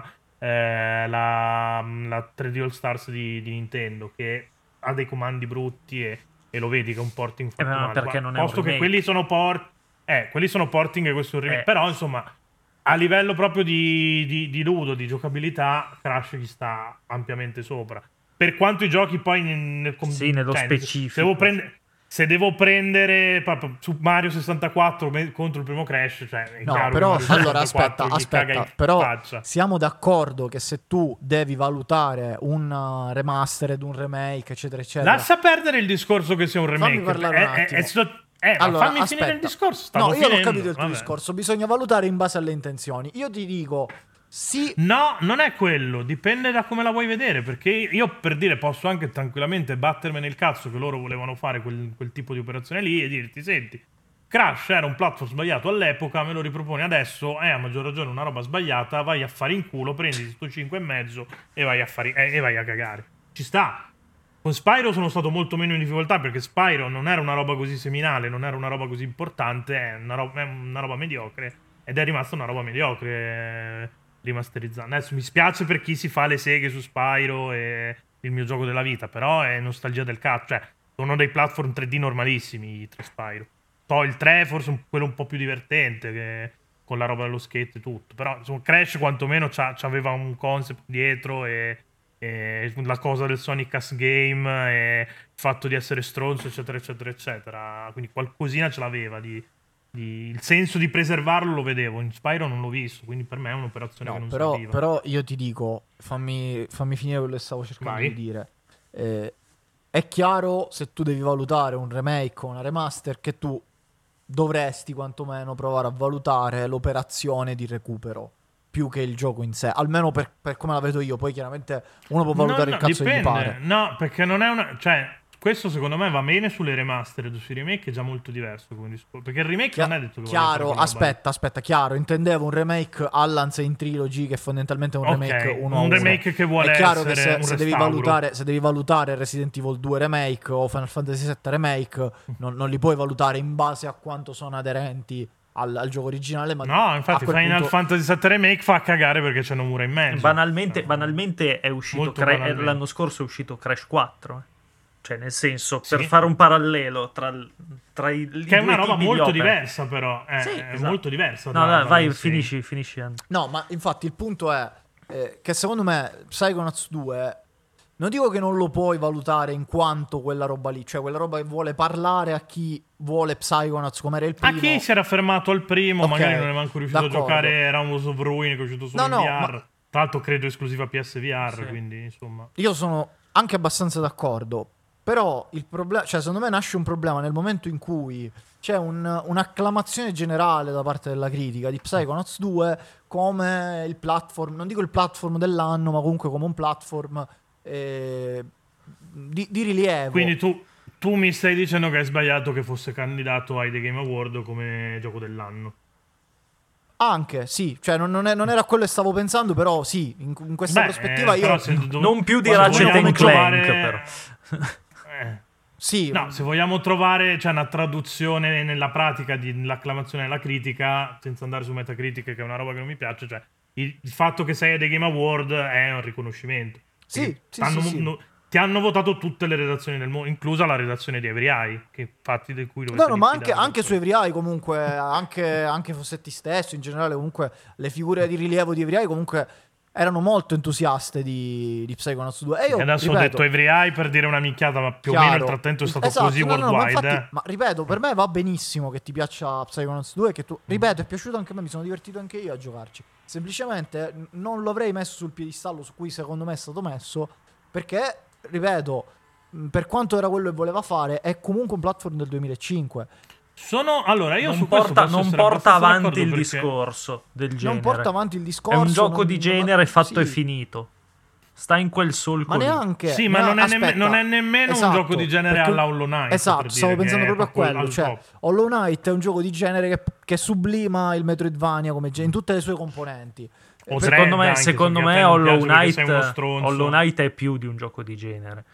eh, la, la tre D All Stars di, di Nintendo, che ha dei comandi brutti e, e lo vedi che è un porting fatto ma male. perché Guarda, non è un posto che remake. quelli sono port eh, quelli sono porting e questo è un remake. Eh. Però insomma, a livello proprio di, di, di ludo, di giocabilità, Crash gli sta ampiamente sopra. Per quanto i giochi poi nel, nel- Sì, nello cioè, specifico. Se devo, prendere, se devo prendere proprio su Mario sessantaquattro me- contro il primo Crash, cioè è No, chiaro però che Mario allora sessantaquattro aspetta, gli caga aspetta, in però faccia. siamo d'accordo che se tu devi valutare un uh, remastered, un remake, eccetera, eccetera. Lascia perdere il discorso che sia un remake. Fammi parlare È- un è- attimo. è sto- eh, ma Allora, fammi aspetta. finire il discorso. Stavo No, io l'ho finendo, capito il tuo vabbè. discorso. Bisogna valutare in base alle intenzioni. Io ti dico, sì, No, non è quello, dipende da come la vuoi vedere, perché io per dire posso anche tranquillamente battermi nel cazzo che loro volevano fare quel, quel tipo di operazione lì e dirti, senti, Crash era un platform sbagliato all'epoca, me lo riproponi adesso, è a maggior ragione una roba sbagliata, vai a fare in culo, prendi sto cinque e mezzo e vai a, fare, e, e vai a cagare. Ci sta. Con Spyro sono stato molto meno in difficoltà perché Spyro non era una roba così seminale, non era una roba così importante, è una, ro- è una roba mediocre ed è rimasta una roba mediocre eh, rimasterizzata. Adesso mi spiace per chi si fa le seghe su Spyro e il mio gioco della vita, però è nostalgia del cazzo, cioè sono dei platform tre D normalissimi i tre Spyro. Poi il tre forse un- quello un po' più divertente che con la roba dello skate e tutto, però insomma Crash quantomeno c'ha- c'aveva un concept dietro e e la cosa del Sonic As Game e il fatto di essere stronzo eccetera eccetera eccetera, quindi qualcosina ce l'aveva di, di- il senso di preservarlo lo vedevo. In Spyro non l'ho visto, quindi per me è un'operazione che no, non però, serviva. però io ti dico, fammi, fammi finire quello che stavo cercando Vai. di dire. Eh, è chiaro, se tu devi valutare un remake o una remaster, che tu dovresti quantomeno provare a valutare l'operazione di recupero più che il gioco in sé, almeno per, per come la vedo io. Poi chiaramente uno può valutare No, il no, cazzo che gli dipende. pare. No, perché non è una, cioè questo secondo me va bene sulle remastered, sui remake è già molto diverso come discorso, perché il remake Chia- non è detto che voglia chiaro, fare quella roba aspetta, aspetta, chiaro, intendevo un remake Allan's in Trilogy, che è fondamentalmente un Ok, remake uno a un uno. remake che vuole È chiaro che essere se, un se devi restauro. valutare, se devi valutare Resident Evil due remake o Final Fantasy sette remake, non, non li puoi valutare in base a quanto sono aderenti al, al gioco originale, ma No, a infatti quel Final punto- Fantasy sette Remake fa cagare perché c'è Nomura in mezzo. Banalmente, Eh, banalmente è uscito molto Cra- banalmente. l'anno scorso è uscito Crash quattro. eh. Cioè, nel senso, per Sì. fare un parallelo tra, il- tra i, i Che è due una roba tipi di molto opere. diversa, però. È, Sì, è esatto. molto diversa. No, da- dai, da vai, Odyssey. finisci, finisci. Andy. No, ma infatti il punto è eh, che secondo me Psychonauts due, non dico che non lo puoi valutare in quanto quella roba lì, cioè quella roba che vuole parlare a chi vuole Psychonauts come era il A primo. chi si era fermato al primo, Ok, magari non è manco riuscito d'accordo. a giocare Realms of Ruin, che è uscito solo No, in no, V R. ma- Tra l'altro credo esclusiva P S V R, Sì. quindi insomma. Io sono anche abbastanza d'accordo, però il problema, cioè secondo me nasce un problema nel momento in cui c'è un- un'acclamazione generale da parte della critica di Psychonauts due come il platform, non dico il platform dell'anno, ma comunque come un platform eh, di, di rilievo. Quindi tu, tu mi stai dicendo che è sbagliato che fosse candidato ai The Game Award come gioco dell'anno. Anche, sì, cioè non, non è- non era quello che stavo pensando, però sì, in, in questa Beh, prospettiva eh, io... però se dov- Non più di quando Ratchet vogliamo and Clank, trovare- però. Eh. Sì, No, se vogliamo trovare cioè, una traduzione nella pratica dell'acclamazione della critica, senza andare su Metacritic, che è una roba che non mi piace, cioè il, il fatto che sei ai The Game Award è un riconoscimento. sì, Perché sì, t'hanno- sì, sì. no- ti hanno votato tutte le redazioni del mondo, inclusa la redazione di Every Eye, che infatti di cui No, dovete no, ma anche, diffidare anche del su Every Eye comunque, anche, anche Fossetti stesso, in generale comunque le figure di rilievo di Every Eye comunque erano molto entusiaste di, di Psychonauts due. E E io, adesso ripeto, ho detto Every Eye per dire una minchiata, ma più o chiaro. meno il trattamento è stato Esatto, così no, no, no, ma worldwide. infatti, eh. ma ripeto, per me va benissimo che ti piaccia Psychonauts due, che tu, ripeto, è piaciuto anche a me, mi sono divertito anche io a giocarci. Semplicemente n- non lo avrei messo sul piedistallo su cui secondo me è stato messo, perché, ripeto, mh, per quanto era quello che voleva fare, è comunque un platform del duemilacinque. Sono allora io non su questo porta, posso non essere porta abbastanza avanti d'accordo il perché- discorso del genere. Non porta avanti il È discorso. un gioco non- di non- genere fatto e sì. finito. Sta in quel solco Ma lì. neanche. Sì, ma nea- non è, nemme- aspetta. non è nemmeno Esatto, un gioco di genere perché- alla Hollow Knight. Esatto, per stavo dire, pensando che è proprio a quello. al Cioè, top. Hollow Knight è un gioco di genere che, che sublima il Metroidvania come gen- in tutte le sue componenti. O Per- Dread Secondo me, anche, secondo so che a me te non Hollow piace perché Knight, sei uno stronzo. Hollow Knight è più di un gioco di genere.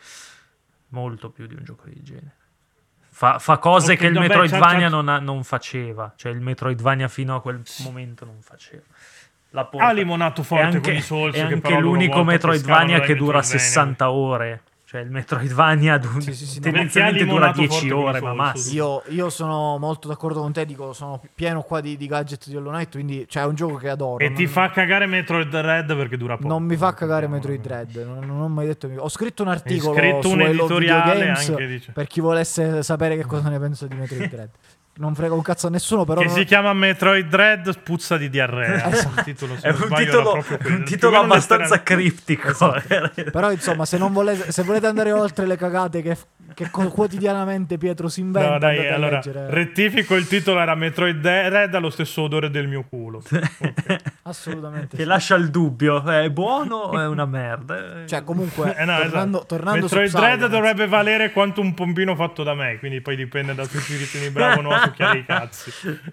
Molto più di un gioco di genere. Fa, fa cose Ok, che il no, beh, Metroidvania c'ha- c'ha- non, ha- non faceva. Cioè, il Metroidvania fino a quel momento non faceva. La porta. Ha limonato È forte anche, con i Souls, è che anche però a loro l'unico volta Metroidvania pescavano che dai dura Metroidvania. sessanta ore. Cioè, il Metroidvania du- Sì, sì, sì, no, tendenzialmente perché ha dura limonato dieci forte con i ore, ma Souls. massimo. Io, io sono molto d'accordo con te, dico, sono pieno qua di, di gadget di Hollow Knight, quindi cioè, è un gioco che adoro. E non- ti fa cagare Metroid Dread perché dura poco. Non mi fa cagare Ricordiamolo. Metroid Dread, non, non ho mai detto. Ho scritto un articolo scritto su un I Love editoriale Videogames anche, dice. per chi volesse sapere che cosa ne penso di Metroid Dread. Non frega un cazzo a nessuno, però Che non- si chiama Metroid Dread, puzza di diarrea. Esatto. Il titolo, se È non un sbaglio, titolo, era proprio un quello. titolo Più o meno abbastanza letteralmente. criptico. Esatto. Però insomma, se non volete, se volete andare oltre le cagate che, che co- quotidianamente Pietro si inventa, No, dai, andate a allora, leggere. rettifico, il titolo era Metroid Dread, ha lo stesso odore del mio culo. Assolutamente Che sì. lascia il dubbio, è buono o è una merda? Cioè, comunque, Eh, no, tornando, esatto. tornando su Metroid Dread Psychonauts, dovrebbe valere quanto un pompino fatto da me, quindi poi dipende da se ci ritieni bravo o no a succhiare i cazzi.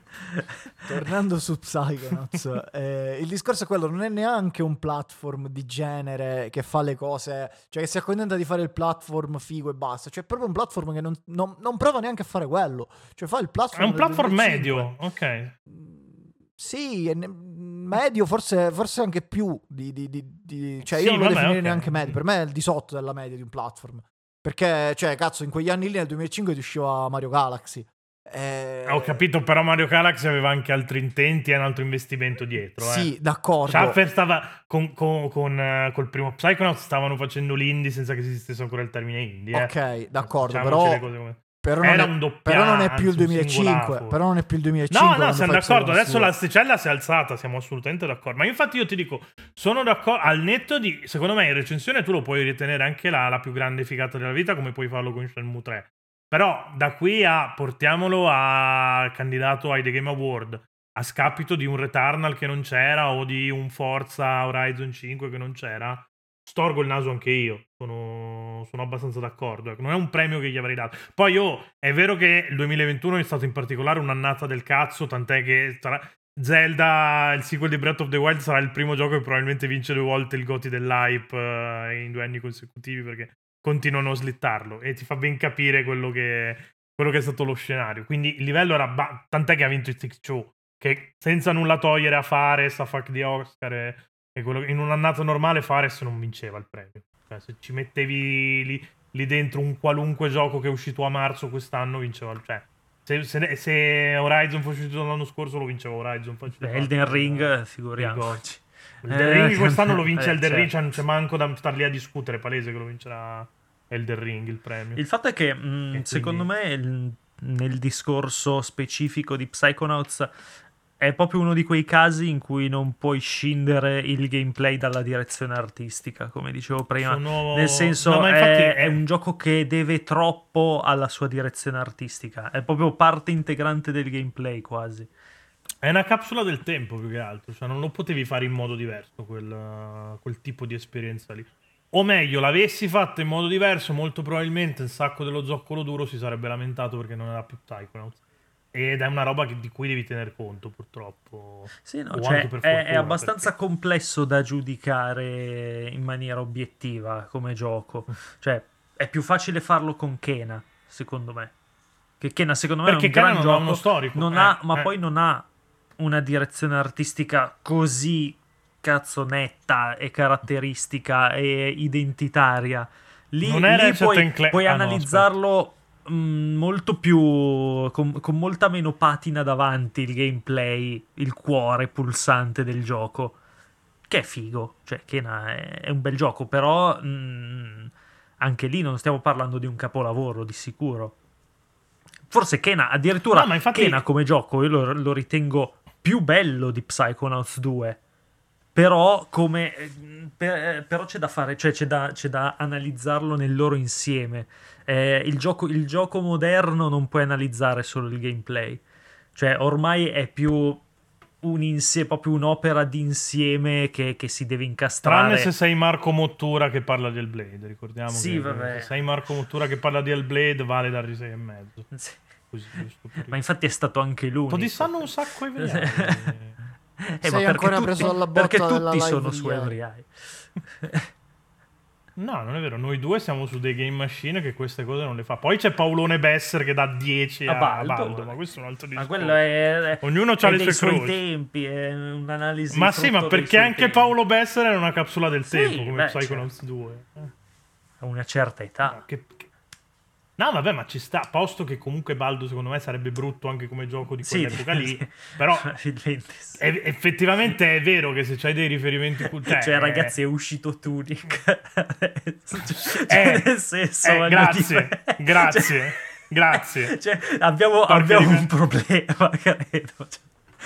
tornando su Psychonauts, eh, il discorso è quello, non è neanche un platform di genere che fa le cose, cioè che si accontenta di fare il platform figo e basta, cioè è proprio un platform che non, non- non prova neanche a fare quello, cioè fa il È platform un del platform duemilacinque. medio, ok. Sì, è ne- medio, forse, forse anche più di, di- di- di- cioè Sì, io non lo vabbè, definirei ok. neanche medio, per me è il di sotto della media di un platform, perché, cioè, cazzo, in quegli anni lì nel duemilacinque ti usciva Mario Galaxy. Eh, Ho capito, però Mario Galaxy aveva anche altri intenti e un altro investimento dietro. Sì, eh. d'accordo. Schaffer stava con, con, con, eh, col primo Psychonauts stavano facendo l'indie senza che esistesse ancora il termine indie. eh. Ok, d'accordo, Diciamoci però, le cose come- però, non Era è, un doppia, però non è più il anzi, un duemilacinque. singolare. Però non è più il duemilacinque. No, no, quando siamo fai d'accordo. Psychonauts Adesso due. l'asticella si è alzata, siamo assolutamente d'accordo. Ma infatti io ti dico, sono d'accordo. Al netto di, secondo me, in recensione tu lo puoi ritenere anche la, la più grande figata della vita, come puoi farlo con Shenmue tre. Però da qui a portiamolo a candidato ai The Game Award a scapito di un Returnal che non c'era o di un Forza Horizon cinque che non c'era, storgo il naso anche io. Sono, sono abbastanza d'accordo. Ecco, non è un premio che gli avrei dato. Poi io, è vero che il duemilaventuno è stato in particolare un'annata del cazzo, tant'è che sarà Zelda, il sequel di Breath of the Wild, sarà il primo gioco che probabilmente vince due volte il GOTY dell'hype eh, in due anni consecutivi perché continuano a slittarlo e ti fa ben capire quello che, quello che è stato lo scenario. Quindi il livello era ba- tant'è che ha vinto il Six Show, che senza nulla togliere a Fares, a Fuck di Oscar e, e quello, in un'annata normale Fares non vinceva il premio. Cioè, se ci mettevi lì, lì dentro un qualunque gioco che è uscito a marzo quest'anno vinceva il, cioè, se, se, se Horizon fosse uscito l'anno scorso lo vinceva Horizon. Beh, Elden Ring, figuriamoci. Elden Ring Eh, quest'anno lo vince eh, Elden Ring, certo. cioè non c'è manco da star lì a discutere, palese che lo vincerà Elden Ring il premio. Il fatto è che, mh, quindi- secondo me, il- nel discorso specifico di Psychonauts è proprio uno di quei casi in cui non puoi scindere il gameplay dalla direzione artistica, come dicevo prima. Sono- Nel senso, No, ma infatti è, è- è un gioco che deve troppo alla sua direzione artistica. È proprio parte integrante del gameplay, quasi. È una capsula del tempo più che altro, cioè non lo potevi fare in modo diverso quel, quel tipo di esperienza lì. O meglio, l'avessi fatto in modo diverso, molto probabilmente il sacco dello zoccolo duro si sarebbe lamentato perché non era più Psychonauts. Ed è una roba che- di cui devi tener conto, purtroppo. Sì, no, O cioè, anche per è, è fortuna, abbastanza perché- complesso da giudicare in maniera obiettiva come gioco. Cioè, è più facile farlo con Kena, secondo me. Che Kena secondo me Perché è un Kena gran non gioco, ha uno storico, non eh, ha, ma eh. poi non ha una direzione artistica così cazzo netta e caratteristica e identitaria. Lì, Non è lì Ratchet puoi, and Clank- puoi ah, no, analizzarlo mh, molto più con, con molta meno patina davanti il gameplay, il cuore pulsante del gioco, che è figo, cioè Kena è, è un bel gioco, però mh, anche lì non stiamo parlando di un capolavoro di sicuro. Forse Kena, addirittura No, ma infatti- Kena come gioco io lo, lo ritengo più bello di Psychonauts due. Però come per- però c'è da fare, cioè c'è da, c'è da analizzarlo nel loro insieme. Eh, il gioco, il gioco moderno non puoi analizzare solo il gameplay, cioè ormai è più un insieme, proprio un'opera d'insieme che, che si deve incastrare. Tranne se sei Marco Mottura che parla di Hellblade, ricordiamo Sì, che vabbè. se sei Marco Mottura che parla di Hellblade vale dargli sei e mezzo. Sì. Così, giusto per Ma infatti è stato anche l'unico. ti sanno un sacco i vegani. Eh, Sei ma perché ancora tutti, preso alla perché botta della tutti live sono di su ieri. Every Eye. No, non è vero, noi due siamo su dei game machine che queste cose non le fa. Poi c'è Paolone Besser che dà dieci a, A Baldo, Baldo, ma questo è un altro Ma discorso. quello è, è Ognuno è ha le dei sue suoi croci. tempi, è un'analisi. Ma sì, ma frutto dei perché suoi anche tempi. Paolo Besser è una capsula del Sì, tempo, come beh, Psychonauts certo. due. Eh. A una certa età. No, che- che- no, vabbè, ma ci sta. Posto che comunque Baldo, secondo me, sarebbe brutto anche come gioco di Sì, quell'epoca lì. sì. Però Probabilmente sì. è- effettivamente è vero che se c'hai dei riferimenti culturali. Cioè, ragazzi, è uscito Tunic. Cioè, Eh, nel senso, eh, voglio grazie, dire- grazie, Cioè- grazie. Cioè, abbiamo, Porca abbiamo di un problema, credo. Cioè,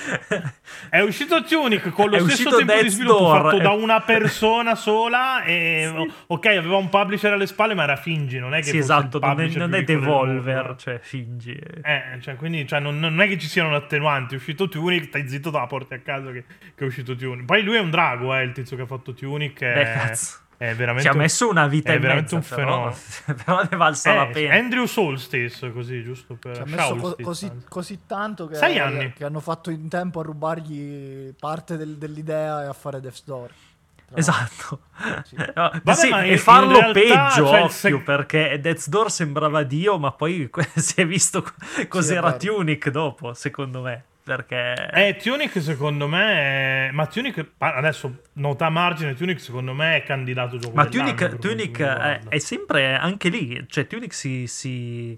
È uscito Tunic con lo È stesso uscito tempo di Death's sviluppo Door, fatto eh. da una persona sola e ok, aveva un publisher alle spalle, ma era Fingi, non è che sì, fosse esatto, il non è, publisher non più è piccolo del Devolver, mondo. cioè, fingi. Eh, cioè, quindi cioè, non, non è che ci siano attenuanti. È uscito Tunic, stai zitto, te la porti a casa che, che è uscito Tunic. Poi lui è un drago, eh, il tizio che ha fatto Tunic. È, Beh, cazzo. è veramente Ci ha un- messo una vita è e veramente mezza, un fenomeno. però, però ne valsa la Eh, pena. Andrew Solstice, così, giusto per Ci ha messo co- Solstice, così, anzi. così tanto che, Sei anni. che hanno fatto in tempo a rubargli parte del- dell'idea e a fare Death's Door. Tra Esatto. Sì. No, Vabbè, sì, ma in- e farlo in realtà, peggio, cioè, il occhio, seg- perché Death's Door sembrava Dio, ma poi si è visto co- cos'era vero. Tunic dopo, secondo me. Perché... Eh, Tunic secondo me è... Ma Tunic, adesso nota a margine, Tunic secondo me è candidato gioco Ma dell'anno, Tunic, per Tunic quanto mi è, riguarda. è sempre anche lì, cioè Tunic si, si,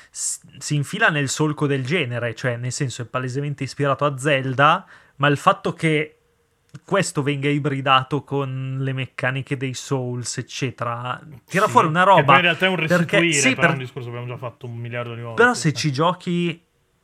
si infila nel solco del genere, cioè nel senso è palesemente ispirato a Zelda, ma il fatto che questo venga ibridato con le meccaniche dei Souls, eccetera, tira Sì, fuori una che roba. poi in realtà è un perché- restituire, sì, però per- è un discorso che abbiamo già fatto un miliardo di volte. Però se Eh. ci giochi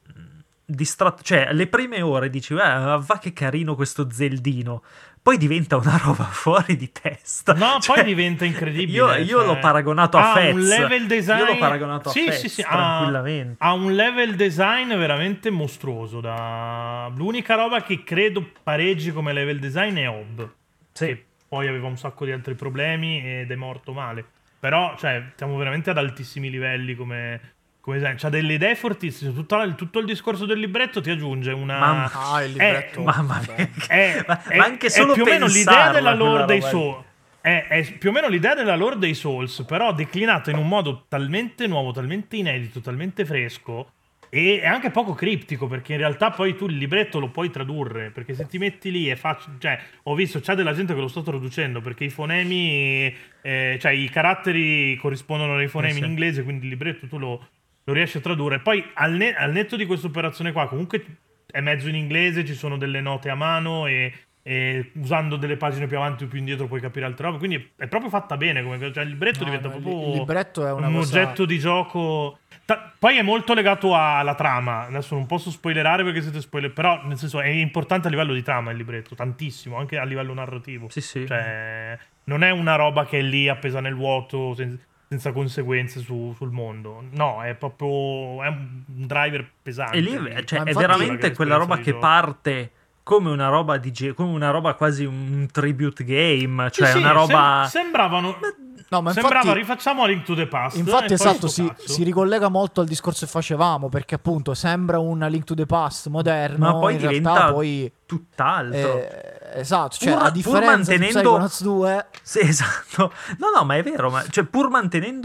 distratto, cioè le prime ore dici, eh, va che carino questo Zeldino, poi diventa una roba fuori di testa. No, Cioè, poi diventa incredibile. Io, io cioè, l'ho paragonato a ha Fez. un level design... Io l'ho paragonato sì, a Fez sì, sì, ha- tranquillamente. Ha un level design veramente mostruoso. Da... L'unica roba che credo pareggi come level design è Hob. Sì. Che poi aveva un sacco di altri problemi ed è morto male. Però, cioè, siamo veramente ad altissimi livelli come... come design. C'ha delle idee fortissime. Tutto, il- tutto il discorso del libretto ti aggiunge una... Mamma- Ah, il libretto. Eh, Mamma vabbè. mia. è, ma, è- ma anche è solo più o meno l'idea pensarla, della lore quella dei roba lì. Souls. È, è più o meno l'idea della lore dei Souls, però declinata in un modo talmente nuovo, talmente inedito, talmente fresco e è anche poco criptico, perché in realtà poi tu il libretto lo puoi tradurre, perché se ti metti lì è facile, cioè ho visto c'è della gente che lo sta traducendo, perché i fonemi, eh, cioè i caratteri corrispondono ai fonemi Eh sì. in inglese, quindi il libretto tu lo, lo riesci a tradurre. Poi al, ne- al netto di questa operazione qua, comunque è mezzo in inglese, ci sono delle note a mano e, e usando delle pagine più avanti o più indietro puoi capire altre robe, quindi è proprio fatta bene, come, cioè il libretto No, diventa no, il- proprio il libretto è una un cosa- oggetto di gioco. Ta- poi è molto legato alla trama, adesso non posso spoilerare perché siete spoiler, però nel senso è importante a livello di trama il libretto, tantissimo, anche a livello narrativo. Sì, sì. Cioè, non è una roba che è lì appesa nel vuoto sen- senza conseguenze su- sul mondo. No, è proprio è un driver pesante. E lì di- cioè, Ma è infatti- veramente di quella roba esperienza che di gioco. parte come una roba di ge- come una roba quasi un tribute game, Sì, cioè sì, una roba sem- sembravano No, ma sembrava infatti, rifacciamo a Link to the Past. infatti e poi esatto, sto si, cazzo. si ricollega molto al discorso che facevamo, perché appunto sembra un Link to the Past moderno, ma poi in diventa realtà poi... tutt'altro. eh, esatto, cioè Pur- a pur differenza di mantenendo- Psychonauts due... Sì, esatto. No, no, ma è vero, ma cioè pur mantenendo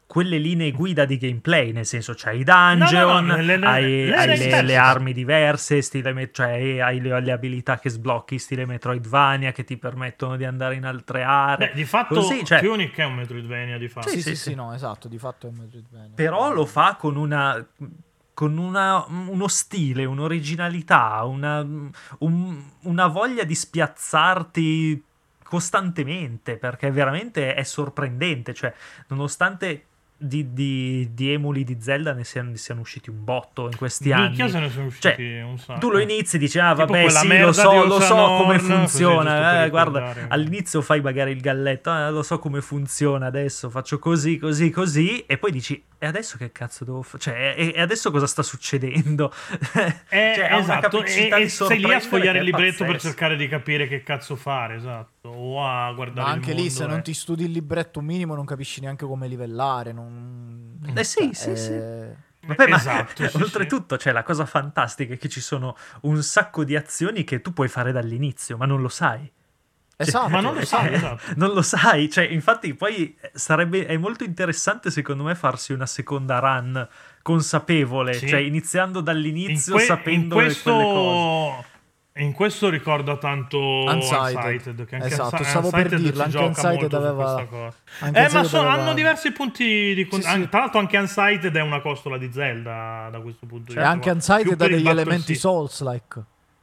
quelle linee guida di gameplay, nel senso c'hai i dungeon, No, no, no, le- le- hai, le- hai le le, stesse. le armi diverse, stile me- cioè hai le, le abilità che sblocchi stile Metroidvania che ti permettono di andare in altre aree. Beh, di fatto Così, cioè- Tunic è un Metroidvania di fatto. Sì, Sì, sì, sì, sì, sì. no, esatto, di fatto è un Metroidvania. Però lo fa con una con una, uno stile, un'originalità, una, un- una voglia di spiazzarti costantemente, perché veramente è sorprendente, cioè nonostante di, di- di emuli di Zelda ne siano, ne siano usciti un botto in questi Minchia, anni. se ne sono usciti Cioè, un sacco. tu lo inizi e dici, ah Tipo vabbè quella sì, merda lo so, di lo so Ocean come Horn, così, giusto funziona, per eh, guarda, ricordare. all'inizio fai magari il galletto, eh, lo so come funziona, adesso faccio così, così, così, e poi dici, e adesso che cazzo devo fare? Cioè, e, e adesso cosa sta succedendo? Eh, Cioè, ha una esatto, capacità e, di e sei lì a sorprendere sfogliare che il è libretto per pazzesca. cercare di capire che cazzo fare, esatto. O a guardare Ma il anche lì, mondo, se eh. non ti studi il libretto un minimo, non capisci neanche come livellare. Non... Eh sì, Cioè, sì, sì. eh, Vabbè, ma Esatto, sì, oltretutto c'è la cosa fantastica è che ci sono un sacco di azioni che tu puoi fare dall'inizio, ma non lo sai. Esatto, ma non lo sai, esatto. Non lo sai, cioè, infatti poi sarebbe, è molto interessante secondo me farsi una seconda run consapevole, Sì. cioè iniziando In, dall'inizio que- sapendo in le- quelle cose. questo in questo ricorda tanto Unsighted. Unsighted, che anche Esatto, Unsi- stavo per Unsighted dirlo, ci anche gioca Unsighted molto su aveva- questa cosa. anche Eh, ma Unsighted so- aveva- hanno diversi punti di con- Sì, an- sì. tra l'altro anche Unsighted è una costola di Zelda da questo punto di E vista. anche qua. Unsighted Più ha per il degli fatto- elementi sì. Souls-like.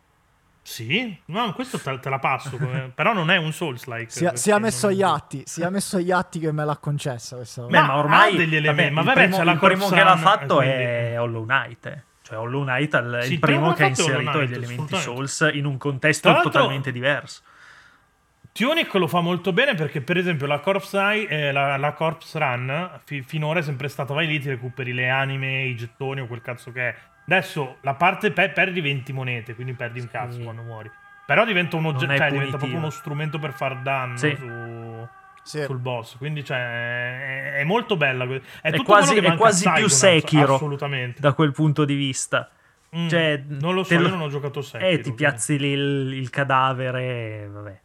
Sì, no, questo te, te la passo, come- però non è un Souls-like. Si, è- perché si è messo non agli è- atti, si è messo agli atti che me l'ha concessa questa Beh, cosa. Ma ma ormai ha degli elementi, ma il vabbè, primo, c'è la il primo Corpse che l'ha Sun, fatto quindi- è Hollow Knight. eh. Cioè Hollow Knight è il Sì, il primo però che ha l'ha fatto Hollow inserito Knight, gli elementi assolutamente. Souls in un contesto Tra l'altro- totalmente diverso. Tunic lo fa molto bene perché, per esempio, la Corpse, Eye, eh, la, la Corpse Run fi- finora è sempre stata vai lì, ti recuperi le anime, i gettoni o quel cazzo che è. Adesso la parte pe- perdi venti monete, quindi perdi un Sì. cazzo quando muori. Però diventa un oggetto, Non è cioè, diventa punitivo. proprio uno strumento per far danno Sì. su- Sì. sul boss. Quindi, cioè, è, è molto bella. È, È tutto quasi- quello che è manca quasi a più Psychonauts, Sekiro. assolutamente. Da quel punto di vista. Mm, Cioè, non lo so, te lo- io non ho giocato Sekiro. Eh, ti piazzi lì il, il cadavere e vabbè.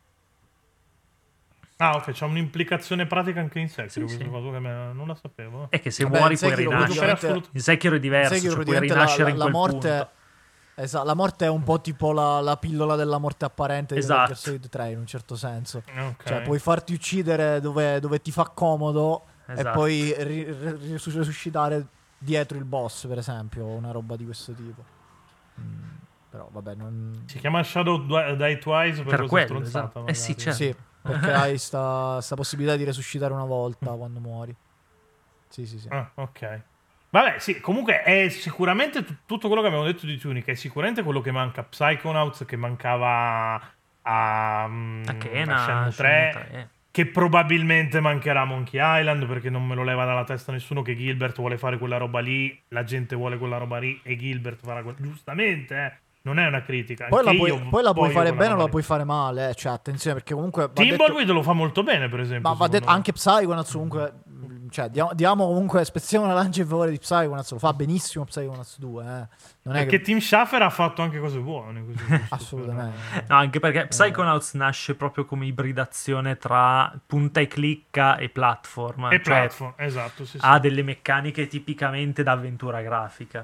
Ah, ok, c'è un'implicazione pratica anche in Sekiro, Sì, questa sì. cosa che me- non la sapevo. È che se Vabbè, muori in puoi Sekiro rinascere. praticamente- In Sekiro è diverso, Sekiro cioè puoi praticamente la- rinascere la, in la quel morte, punto. esatto, la morte è un po' tipo la, la pillola della morte apparente di Esatto. Metal Gear Solid tre in un certo senso. Ok. Cioè puoi farti uccidere dove, dove ti fa comodo e Esatto. poi poi ri- ri- risus- risuscitare dietro il boss, per esempio, una roba di questo tipo. Mm, però vabbè, non... Si chiama Shadow Dwi- Die Twice per, Per questa quello, stronzata, esatto. Eh sì, magari. certo. Sì, perché hai sta, sta possibilità di resuscitare una volta quando muori. Sì, sì, sì. Ah, ok. Vabbè, sì, comunque è sicuramente t- tutto quello che abbiamo detto di Tunic, è sicuramente quello che manca a Psychonauts, che mancava a, mm, A Kena, a Shenmue Shenmue tre, tre. che probabilmente mancherà a Monkey Island, perché non me lo leva dalla testa nessuno che Gilbert vuole fare quella roba lì, la gente vuole quella roba lì e Gilbert farà quella... Giustamente, eh, non è una critica. Poi la anche puoi, io poi la puoi voglio fare quella bene o roba la lì. puoi fare male, eh. Cioè, attenzione, perché comunque va detto- Thimbleweed lo fa molto bene, per esempio. Ma va detto secondo me. anche Psychonauts comunque, mh, cioè diamo, diamo comunque, spezziamo una lancia in favore di Psychonauts, lo fa benissimo Psychonauts due, eh. Non è Perché che... Tim Schafer ha fatto anche cose buone. Così, giusto Assolutamente. per- No, anche perché Psychonauts nasce proprio come ibridazione tra punta e clicca e platform. E cioè platform, esatto, sì, sì. ha delle meccaniche tipicamente da avventura grafica.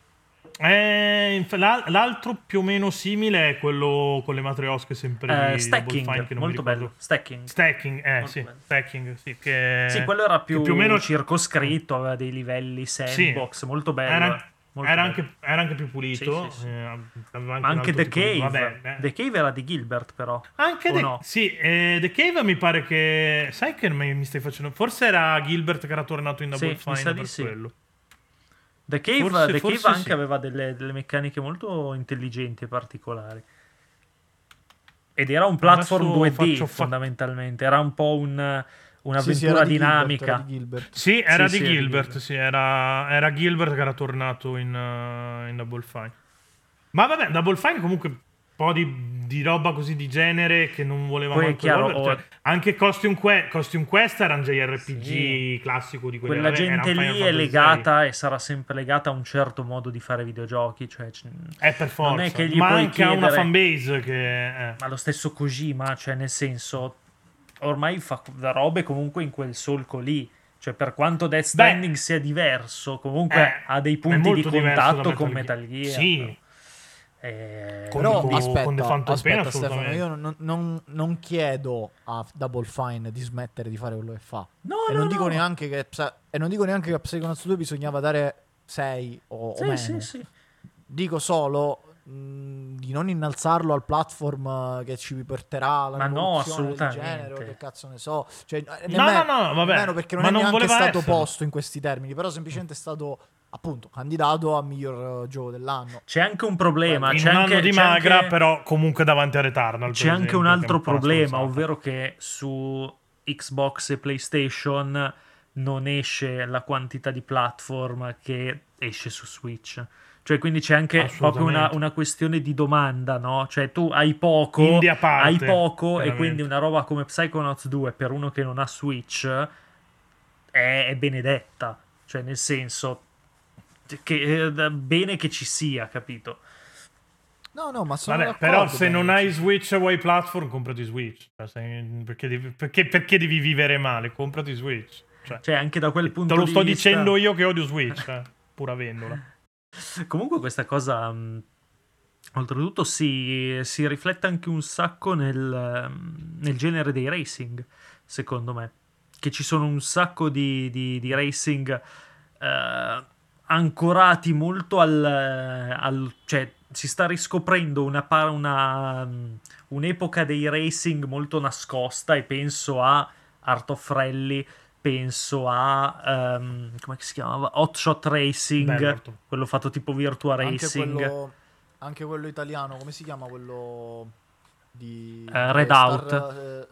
Eh, inf- l'al- l'altro più o meno simile è quello con le matriosche sempre Eh, di Double stacking, Fine, che non mi molto ricordo. bello. Stacking. Stacking, eh Molto sì, bello. stacking, sì, che... Sì, quello era più, che più o meno circoscritto, aveva dei livelli sandbox, molto bello. Era, molto era bello. anche, era anche più pulito. Sì, sì, sì. eh, aveva Ma un anche altro The tipo di- Cave. vabbè, eh. The Cave era di Gilbert, però. Anche o The, no? sì, eh, The Cave mi pare che... Sai che mi, mi stai facendo... Forse era Gilbert che era tornato in Double Sì, mi sa Fine di per sì. quello. The Cave, Forse- The forse Cave anche sì. aveva delle, delle meccaniche molto intelligenti e particolari. Ed era un platform Adesso due D faccio fa- fondamentalmente, era un po' un, un'avventura Sì, sì, era di dinamica. Gilbert, era di Gilbert. Sì, era Sì, di sì, era di Gilbert, Gilbert. sì, era, era Gilbert che era tornato in, uh, in Double Fine. Ma vabbè, Double Fine comunque un po' di, di roba così di genere che non voleva Poi è manco chiaro, evolvere. oh, Cioè, anche Costume, Que- Costume Quest era un J R P G Sì. classico di quelli Quella era gente un Final lì è Fantasy legata e sarà sempre legata a un certo modo di fare videogiochi. Cioè, c- sei. È per forza. non è che gli ma puoi anche ha una chiedere- fanbase che... eh. Ma lo stesso Kojima, cioè nel senso, ormai fa da robe comunque in quel solco lì. Cioè, per quanto Death Beh, Stranding sia diverso, comunque eh, ha dei è punti di molto diverso da contatto con Metal Metal Gear. Gear. Sì, Eh, con, Però con- quindi- aspetta, con The Phantom Pain aspetta Stefano, assolutamente. io non, non- non chiedo a Double Fine di smettere di fare quello che fa. No, E no, non dico no. neanche che Psy- e non dico neanche che a Psychonauts due bisognava dare sei o, o Sì, meno. sì, sì. Dico solo mh, di non innalzarlo al platform che ci porterà alla Ma no, rivoluzione del assolutamente. genere, o che cazzo ne so. Cioè, No, nemmeno, no, no, vabbè, nemmeno perché non ma è non neanche voleva stato esserlo. posto in questi termini, però semplicemente è stato appunto candidato a miglior eh, gioco dell'anno. C'è anche un problema. In C'è un anche, anno di c'è magra, anche- però comunque davanti a Returnal. C'è per anche esempio, un che è altro po' una problema, stronzata. ovvero che su Xbox e PlayStation non esce la quantità di platform che esce su Switch. Cioè, quindi c'è anche proprio una, Assolutamente. una questione di domanda, no? Cioè, tu hai poco, Indie a parte, hai poco, e chiaramente. quindi una roba come Psychonauts due per uno che non ha Switch è, è benedetta. Cioè, nel senso che eh, bene che ci sia, capito? No, no, ma sono Vabbè, d'accordo. però se bene, non cioè. hai Switch e vuoi platform, comprati Switch. Cioè, se- perché, devi, perché, perché devi vivere male? Comprati Switch. Cioè, Cioè, anche da quel punto te lo di sto vista... dicendo io che odio Switch, eh, pur avendola. Comunque questa cosa, mh, oltretutto, si, si riflette anche un sacco nel, mh, nel genere dei racing, secondo me. Che ci sono un sacco di, di- di racing eh, ancorati molto al, al- cioè, si sta riscoprendo una, pa- una, mh, un'epoca dei racing molto nascosta, e penso a Art of Rally, penso a ehm, come si chiamava? Hot Shot Racing, Bello, Arto. quello fatto tipo Virtua Anche Racing, quello, anche quello italiano, come si chiama quello di Eh, di Redout. Star, eh,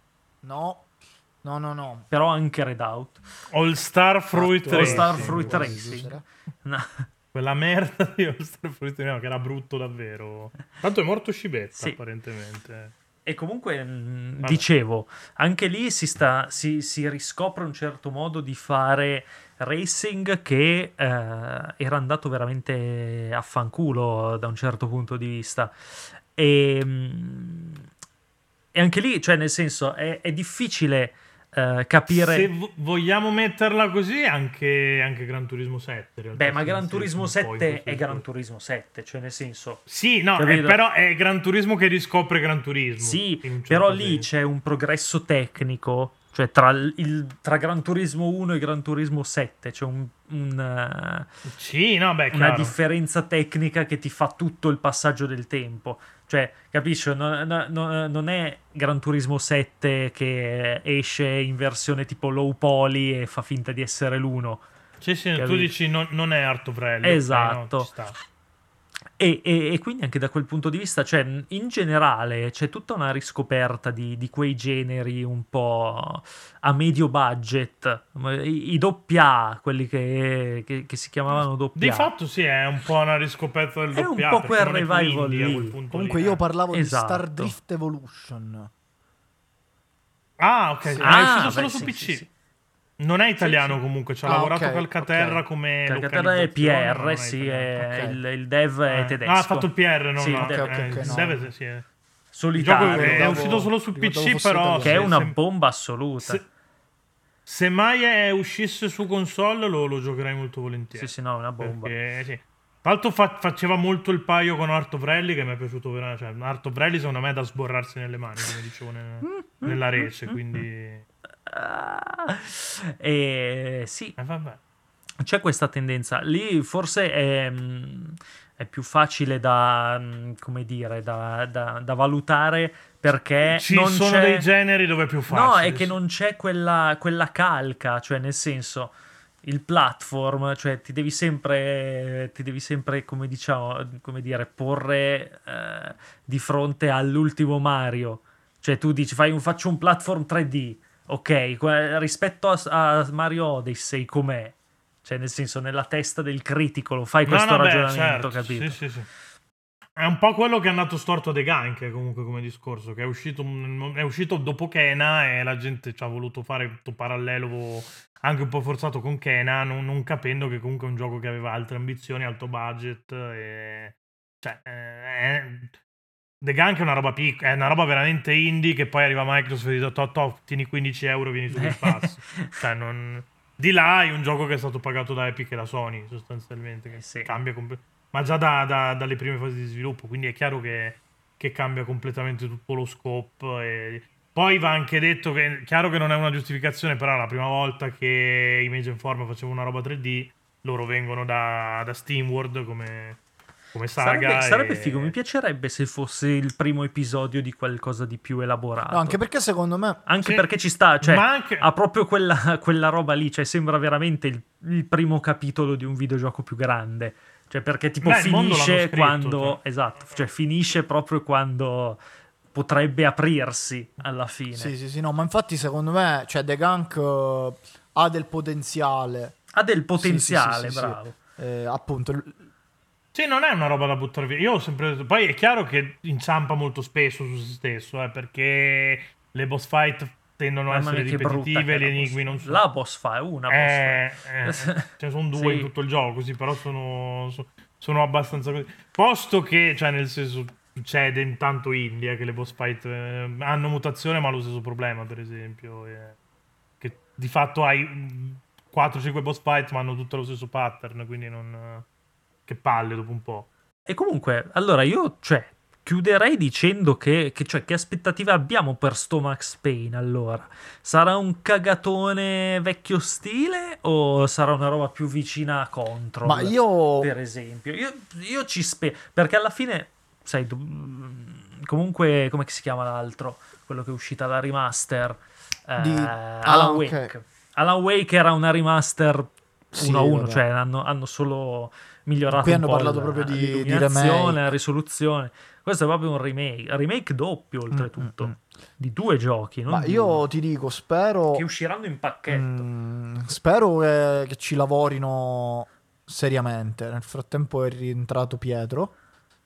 no, no, no, no. però anche Redout. All Star Fruit Fatto- All Racing. Star sì, Fruit quello Racing. giusto. No. Quella merda di All Star Fruit Racing, che era brutto davvero. Tanto è morto Scibetta, Sì. apparentemente. E comunque, mh, Vabbè. dicevo, anche lì si, sta, si, si riscopre un certo modo di fare racing che eh, era andato veramente a fanculo da un certo punto di vista. E, mh, e anche lì, cioè, nel senso, è, è difficile eh, capire... Se vo- vogliamo metterla così, anche, anche Gran Turismo sette. in realtà, Beh, ma si Gran inserisce Turismo un po' in sette questo è Gran discorso. Turismo sette, cioè nel senso... Sì, no, Capito? eh, però è Gran Turismo che riscopre Gran Turismo. Sì, in un certo però lì senso. c'è un progresso tecnico, cioè tra, il, il- tra Gran Turismo uno e Gran Turismo sette c'è un- un, eh, Sì, no, beh, una chiaro. differenza tecnica che ti fa tutto il passaggio del tempo. Cioè, capisci? Non, non- non- non è Gran Turismo sette che esce in versione tipo low poly e fa finta di essere l'uno. Sì, sì, tu capito? dici non, non è Art of Rally. ok, Esatto. no, ci sta. E, e- e quindi anche da quel punto di vista, cioè, in generale c'è tutta una riscoperta di, di quei generi un po' a medio budget, i, i doppia A, quelli che, che- che si chiamavano doppia Di A. fatto sì, è un po' una riscoperta del È un doppia A, po' perché quel non è più revival indie a lì. quel punto Comunque lì, io eh. parlavo Esatto. di Star Drift Evolution. Ah, ok, Sì. è Ah, uscito beh, solo sì, su P C. sì, sì. Non è italiano Sì, sì. comunque, ci ha Ah, lavorato ok, Calcaterra ok. come Calcaterra è P localizzazione, ma non R, è sì, italiano. è Ok. il, il dev è Eh. tedesco. Ah, ha fatto il P R, non Sì, no. il dev- ok, ok, eh, ok, il no. dev, sì, è. Il gioco solitario, è ricordavo- uscito solo su ricordavo P C, fosse però italiano. che è se- una se- bomba assoluta. se, se mai è, uscisse su console lo, lo giocherei molto volentieri. Sì, sì, no, è una bomba. Perché, sì. Tra l'altro fa- faceva molto il paio con Art of Rally, che mi è piaciuto veramente. Cioè, Art of Rally secondo me è da sborrarsi nelle mani, come dicevo nel- nella rece, quindi... Ah, e sì, Eh, vabbè. c'è questa tendenza. Lì forse è, mh, è più facile da, mh, come dire, da, da- da valutare, perché Ci non sono c'è... dei generi dove è più facile. No, è che sì. non c'è quella, quella calca, cioè nel senso, il platform, cioè ti devi sempre, ti devi sempre, come diciamo, come dire, porre eh, di fronte all'ultimo Mario. Cioè tu dici, fai un, faccio un platform tre D, ok, que- rispetto a, a Mario Odyssey com'è? Cioè nel senso, nella testa del critico lo fai No, questo no, beh, ragionamento, certo, capito? Sì, sì, sì. È un po' quello che è andato storto a The Gunk, comunque, come discorso, che è uscito, è uscito dopo Kena e la gente ci ha voluto fare questo parallelo anche un po' forzato con Kena, non, non capendo che comunque è un gioco che aveva altre ambizioni, alto budget e... Cioè, eh, The Gunk è una roba piccola, è una roba veramente indie che poi arriva Microsoft e dice, "Toh, toh, tieni quindici euro, vieni su Game Pass." Cioè, non... Di là hai un gioco che è stato pagato da Epic e da Sony, sostanzialmente, che Eh sì. cambia comple- ma già da, da- dalle prime fasi di sviluppo, quindi è chiaro che, che cambia completamente tutto lo scope. E... Poi va anche detto che è chiaro che non è una giustificazione, però la prima volta che Image and Form faceva una roba tre D, loro vengono da, da SteamWorld come, come saga. Sarebbe, sarebbe e... figo, mi piacerebbe se fosse il primo episodio di qualcosa di più elaborato. No, anche perché secondo me Anche Sì, perché ci sta, cioè, ma anche- ha proprio quella, quella roba lì, cioè sembra veramente il, il primo capitolo di un videogioco più grande. Cioè, perché tipo Beh, il mondo l'hanno finisce scritto, quando... cioè. Esatto, cioè finisce proprio quando potrebbe aprirsi alla fine. sì, sì, sì, no, ma infatti secondo me, cioè The Gunk eh, ha del potenziale. Ha del Sì, potenziale, sì, sì, sì, sì. bravo. Eh, appunto, l- Sì, non è una roba da buttare via. Io ho sempre detto. Poi è chiaro che inciampa molto spesso su se stesso, eh, perché le boss fight tendono a Mamma essere mia, che brutta ripetitive, che è gli la enigmi boss- non sono. La boss fight, una boss Eh, fight. eh, ce ne sono due Sì. in tutto il gioco, sì, però sono, so- sono abbastanza così. Posto che, cioè, nel senso, succede intanto India che le boss fight eh, hanno mutazione, ma ha lo stesso problema, per esempio. eh, che di fatto hai mm, quattro cinque boss fight, ma hanno tutto lo stesso pattern, quindi non. Che palle dopo un po'. E comunque, allora io, cioè, chiuderei dicendo che, che, cioè, che aspettative abbiamo per sto Max Payne, allora? Sarà un cagatone vecchio stile o sarà una roba più vicina a Control? ma io Per esempio. Io, io ci spero, perché alla fine, sai, du- comunque, come si chiama l'altro? Quello che è uscita la remaster? Eh, Di- Alan ah, ok. Wake. Alan Wake era una remaster Sì, uno a uno, vabbè. cioè hanno, hanno solo migliorato Qui un hanno po' parlato la- proprio di- di l'illuminazione, remake. la risoluzione. Questo è proprio un remake, remake doppio oltretutto, Mm, mm, di due giochi, non ma di io uno, ti dico, spero che usciranno in pacchetto. mm, spero che, che ci lavorino seriamente. Nel frattempo è rientrato Pietro.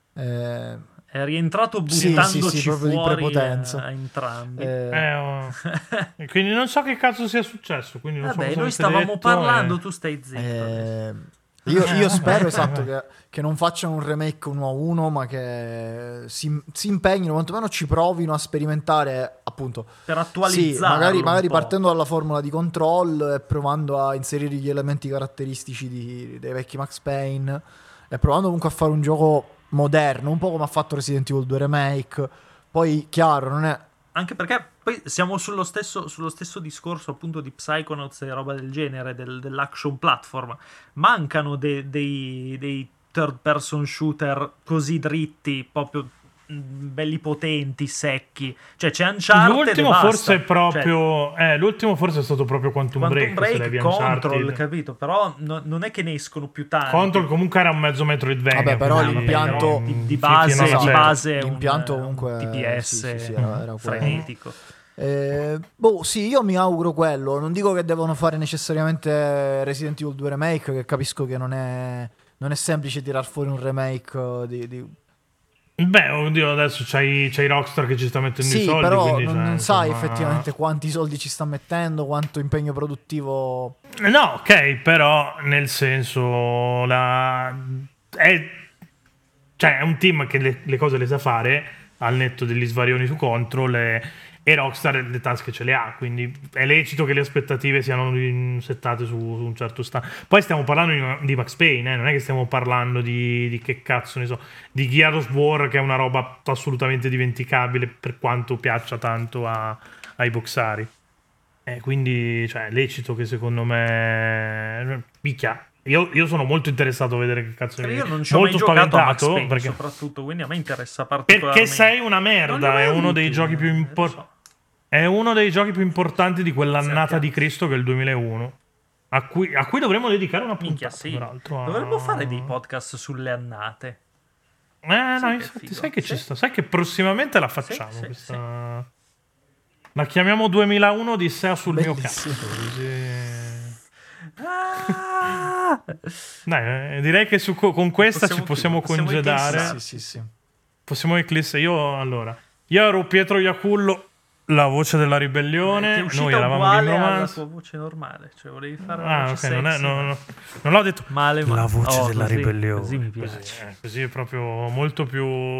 Eh, È rientrato Sì, buttandoci sì, sì, proprio di fuori prepotenza. a, a entrambi. eh, Eh, oh. E quindi non so che cazzo sia successo. Quindi non so Vabbè, cosa noi avete stavamo detto, parlando, e- tu stai zitto. eh, io, io spero esatto che, che non facciano un remake uno a uno, ma che si, si impegnino, quantomeno ci provino a sperimentare, appunto. Per Sì, attualizzarlo magari, un magari po'. partendo dalla formula di Control e provando a inserire gli elementi caratteristici di- dei vecchi Max Payne e provando comunque a fare un gioco moderno, un po' come ha fatto Resident Evil due Remake. Poi, chiaro, non è... Anche perché poi siamo sullo stesso, sullo stesso discorso appunto di Psychonauts e roba del genere, del- dell'action platform. Mancano de- dei, dei third person shooter così dritti, proprio mh, belli potenti, secchi. Cioè c'è Uncharted e L'ultimo basta. forse è Cioè, proprio. Eh, l'ultimo forse è stato proprio Quantum, Quantum Break. se Break, levi Control, Uncharted. capito? Però no- non è che ne escono più tanti. Control comunque era un mezzo Metroidvania. Vabbè, però quindi- l'impianto- di, di sì, base, sì, no, di certo. base è un- L'impianto un comunque, T P S sì, sì, sì, era- era quello. frenetico. Eh, boh, sì, io mi auguro quello. Non dico che devono fare necessariamente Resident Evil due Remake, che capisco che non è, non è semplice tirar fuori un remake eh, di... di... Beh, oddio, adesso c'hai, c'hai Rockstar che ci sta mettendo i Sì, soldi. però quindi, non, cioè, non sai insomma- effettivamente quanti soldi ci sta mettendo, quanto impegno produttivo... No, ok, però nel senso la... è... Cioè, è un team che le, le cose le sa fare al netto degli svarioni su Control e, e Rockstar le tasche ce le ha, quindi è lecito che le aspettative siano in- settate su, su un certo sta. Poi stiamo parlando di, di Max Payne, eh, non è che stiamo parlando di, di che cazzo ne so, di Gears of War, che è una roba assolutamente dimenticabile per quanto piaccia tanto a- ai boxari. Eh, quindi, cioè, è lecito che secondo me... Picchia. Io, io sono molto interessato a vedere che cazzo ne Io viene. non ci ho mai Molto giocato a Max spaventato, Payne, perché, soprattutto, quindi a me interessa particolarmente. perché sei una Non li ho merda, mai è uno avuti, dei giochi più eh, lo importanti. so. È uno dei giochi più importanti di quell'annata Certo. di Cristo che è il duemilauno. A cui, a cui dovremmo dedicare una Minchia, puntata, sì. peraltro. a- Dovremmo fare dei podcast sulle annate. Eh, no, Sì, che infatti, figo. sai che ci Sì. sta. Sai che prossimamente la facciamo. sì, questa... La chiamiamo duemilauno Odissea sul Bellissimo. mio cazzo. Così... Ah! Dai, eh, direi che su, con questa Possiamo ci possiamo chiudere, possiamo congedare. eclissare. Sì, sì, sì. Possiamo eclissare. Io, allora, io ero Pietro Iacullo, la voce della ribellione. Ti è uscita Noi eravamo uguale Game alla Romance. tua voce normale, cioè volevi fare Ah, una ok, voce non, è, sexy, no, ma- no, non l'ho detto. Male, male. La voce Oh, della così- ribellione. Così mi Così, piace. eh, così è proprio molto più,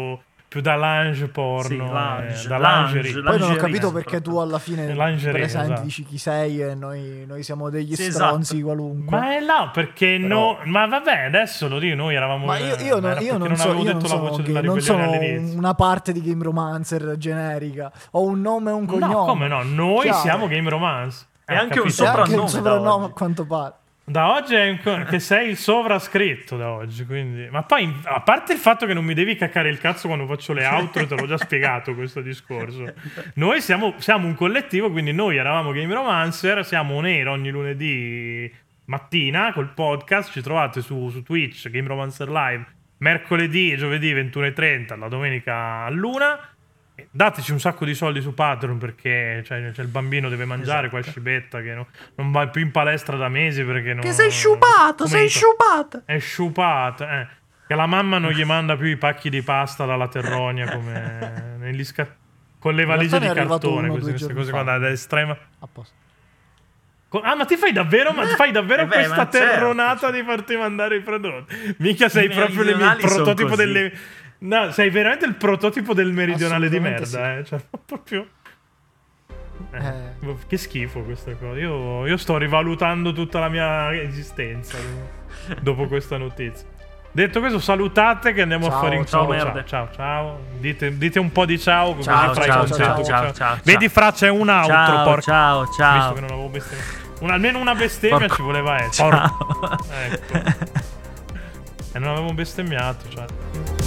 più da linge porno, Sì, linge, eh, da linge, lingerie. Poi non ho lingerie, capito perché tu alla fine Lingerie, presenti esatto. dici chi sei e noi, noi siamo degli Sì, stronzi esatto. qualunque. Ma è là perché Però- no, ma vabbè, adesso lo dico, noi eravamo Ma io, io non, era io perché non so, avevo io non detto la sono, voce gay, della non ribellione sono all'inizio. una parte di Game Romancer generica. Ho un nome e un cognome. No, come no? Noi Chiaro. siamo Game Romance. E Ah, anche un capito? E anche soprannome un da soprannome oggi. a quanto pare. Da oggi è un co- che sei il sovrascritto da oggi, quindi. Ma poi, a parte il fatto che non mi devi caccare il cazzo quando faccio le outro, te l'ho già spiegato questo discorso. Noi siamo, siamo un collettivo, quindi noi eravamo Game Romancer, siamo on air ogni lunedì mattina col podcast, ci trovate su, su Twitch, Game Romancer Live, mercoledì e giovedì ventuno e trenta, la domenica all'una. Dateci un sacco di soldi su Patreon perché cioè, cioè, il bambino deve mangiare qua Esatto. scibetta che no- non va più in palestra da mesi perché non, Che sei sciupato, come sei in- sciupato. è sciupato, eh. Che la mamma non gli manda più i pacchi di pasta dalla Terronia come negli sca- con le In valigie realtà di ne è arrivato cartone, uno queste, due queste giorni cose fa. qua da estrema. A posto. Co- Ah, ma ti fai davvero, ma ti fai davvero eh beh, questa ma certo, terronata cioè. di farti mandare i prodotti? Mica sei I proprio le- il meridionali son prototipo così. delle. No, sei veramente il prototipo del meridionale di Assolutamente merda, eh. Cioè, proprio. Eh, Eh. Che schifo questa cosa. Io, io sto rivalutando tutta la mia esistenza dopo questa notizia. Detto questo, salutate che andiamo Ciao, a fare in ciao, culo. Ciao, merde. ciao, ciao. Dite, dite un po' di ciao. così Ciao, Fra ciao, ci ciao, concentra. ciao, ciao, ciao. Vedi, Fra, c'è un outro, Ciao, porca. ciao, Visto ciao. che non avevo bestemmiato. Un- almeno una bestemmia Porco- ci voleva essere. Ciao. Porco. Ecco. E non avevo bestemmiato, cioè.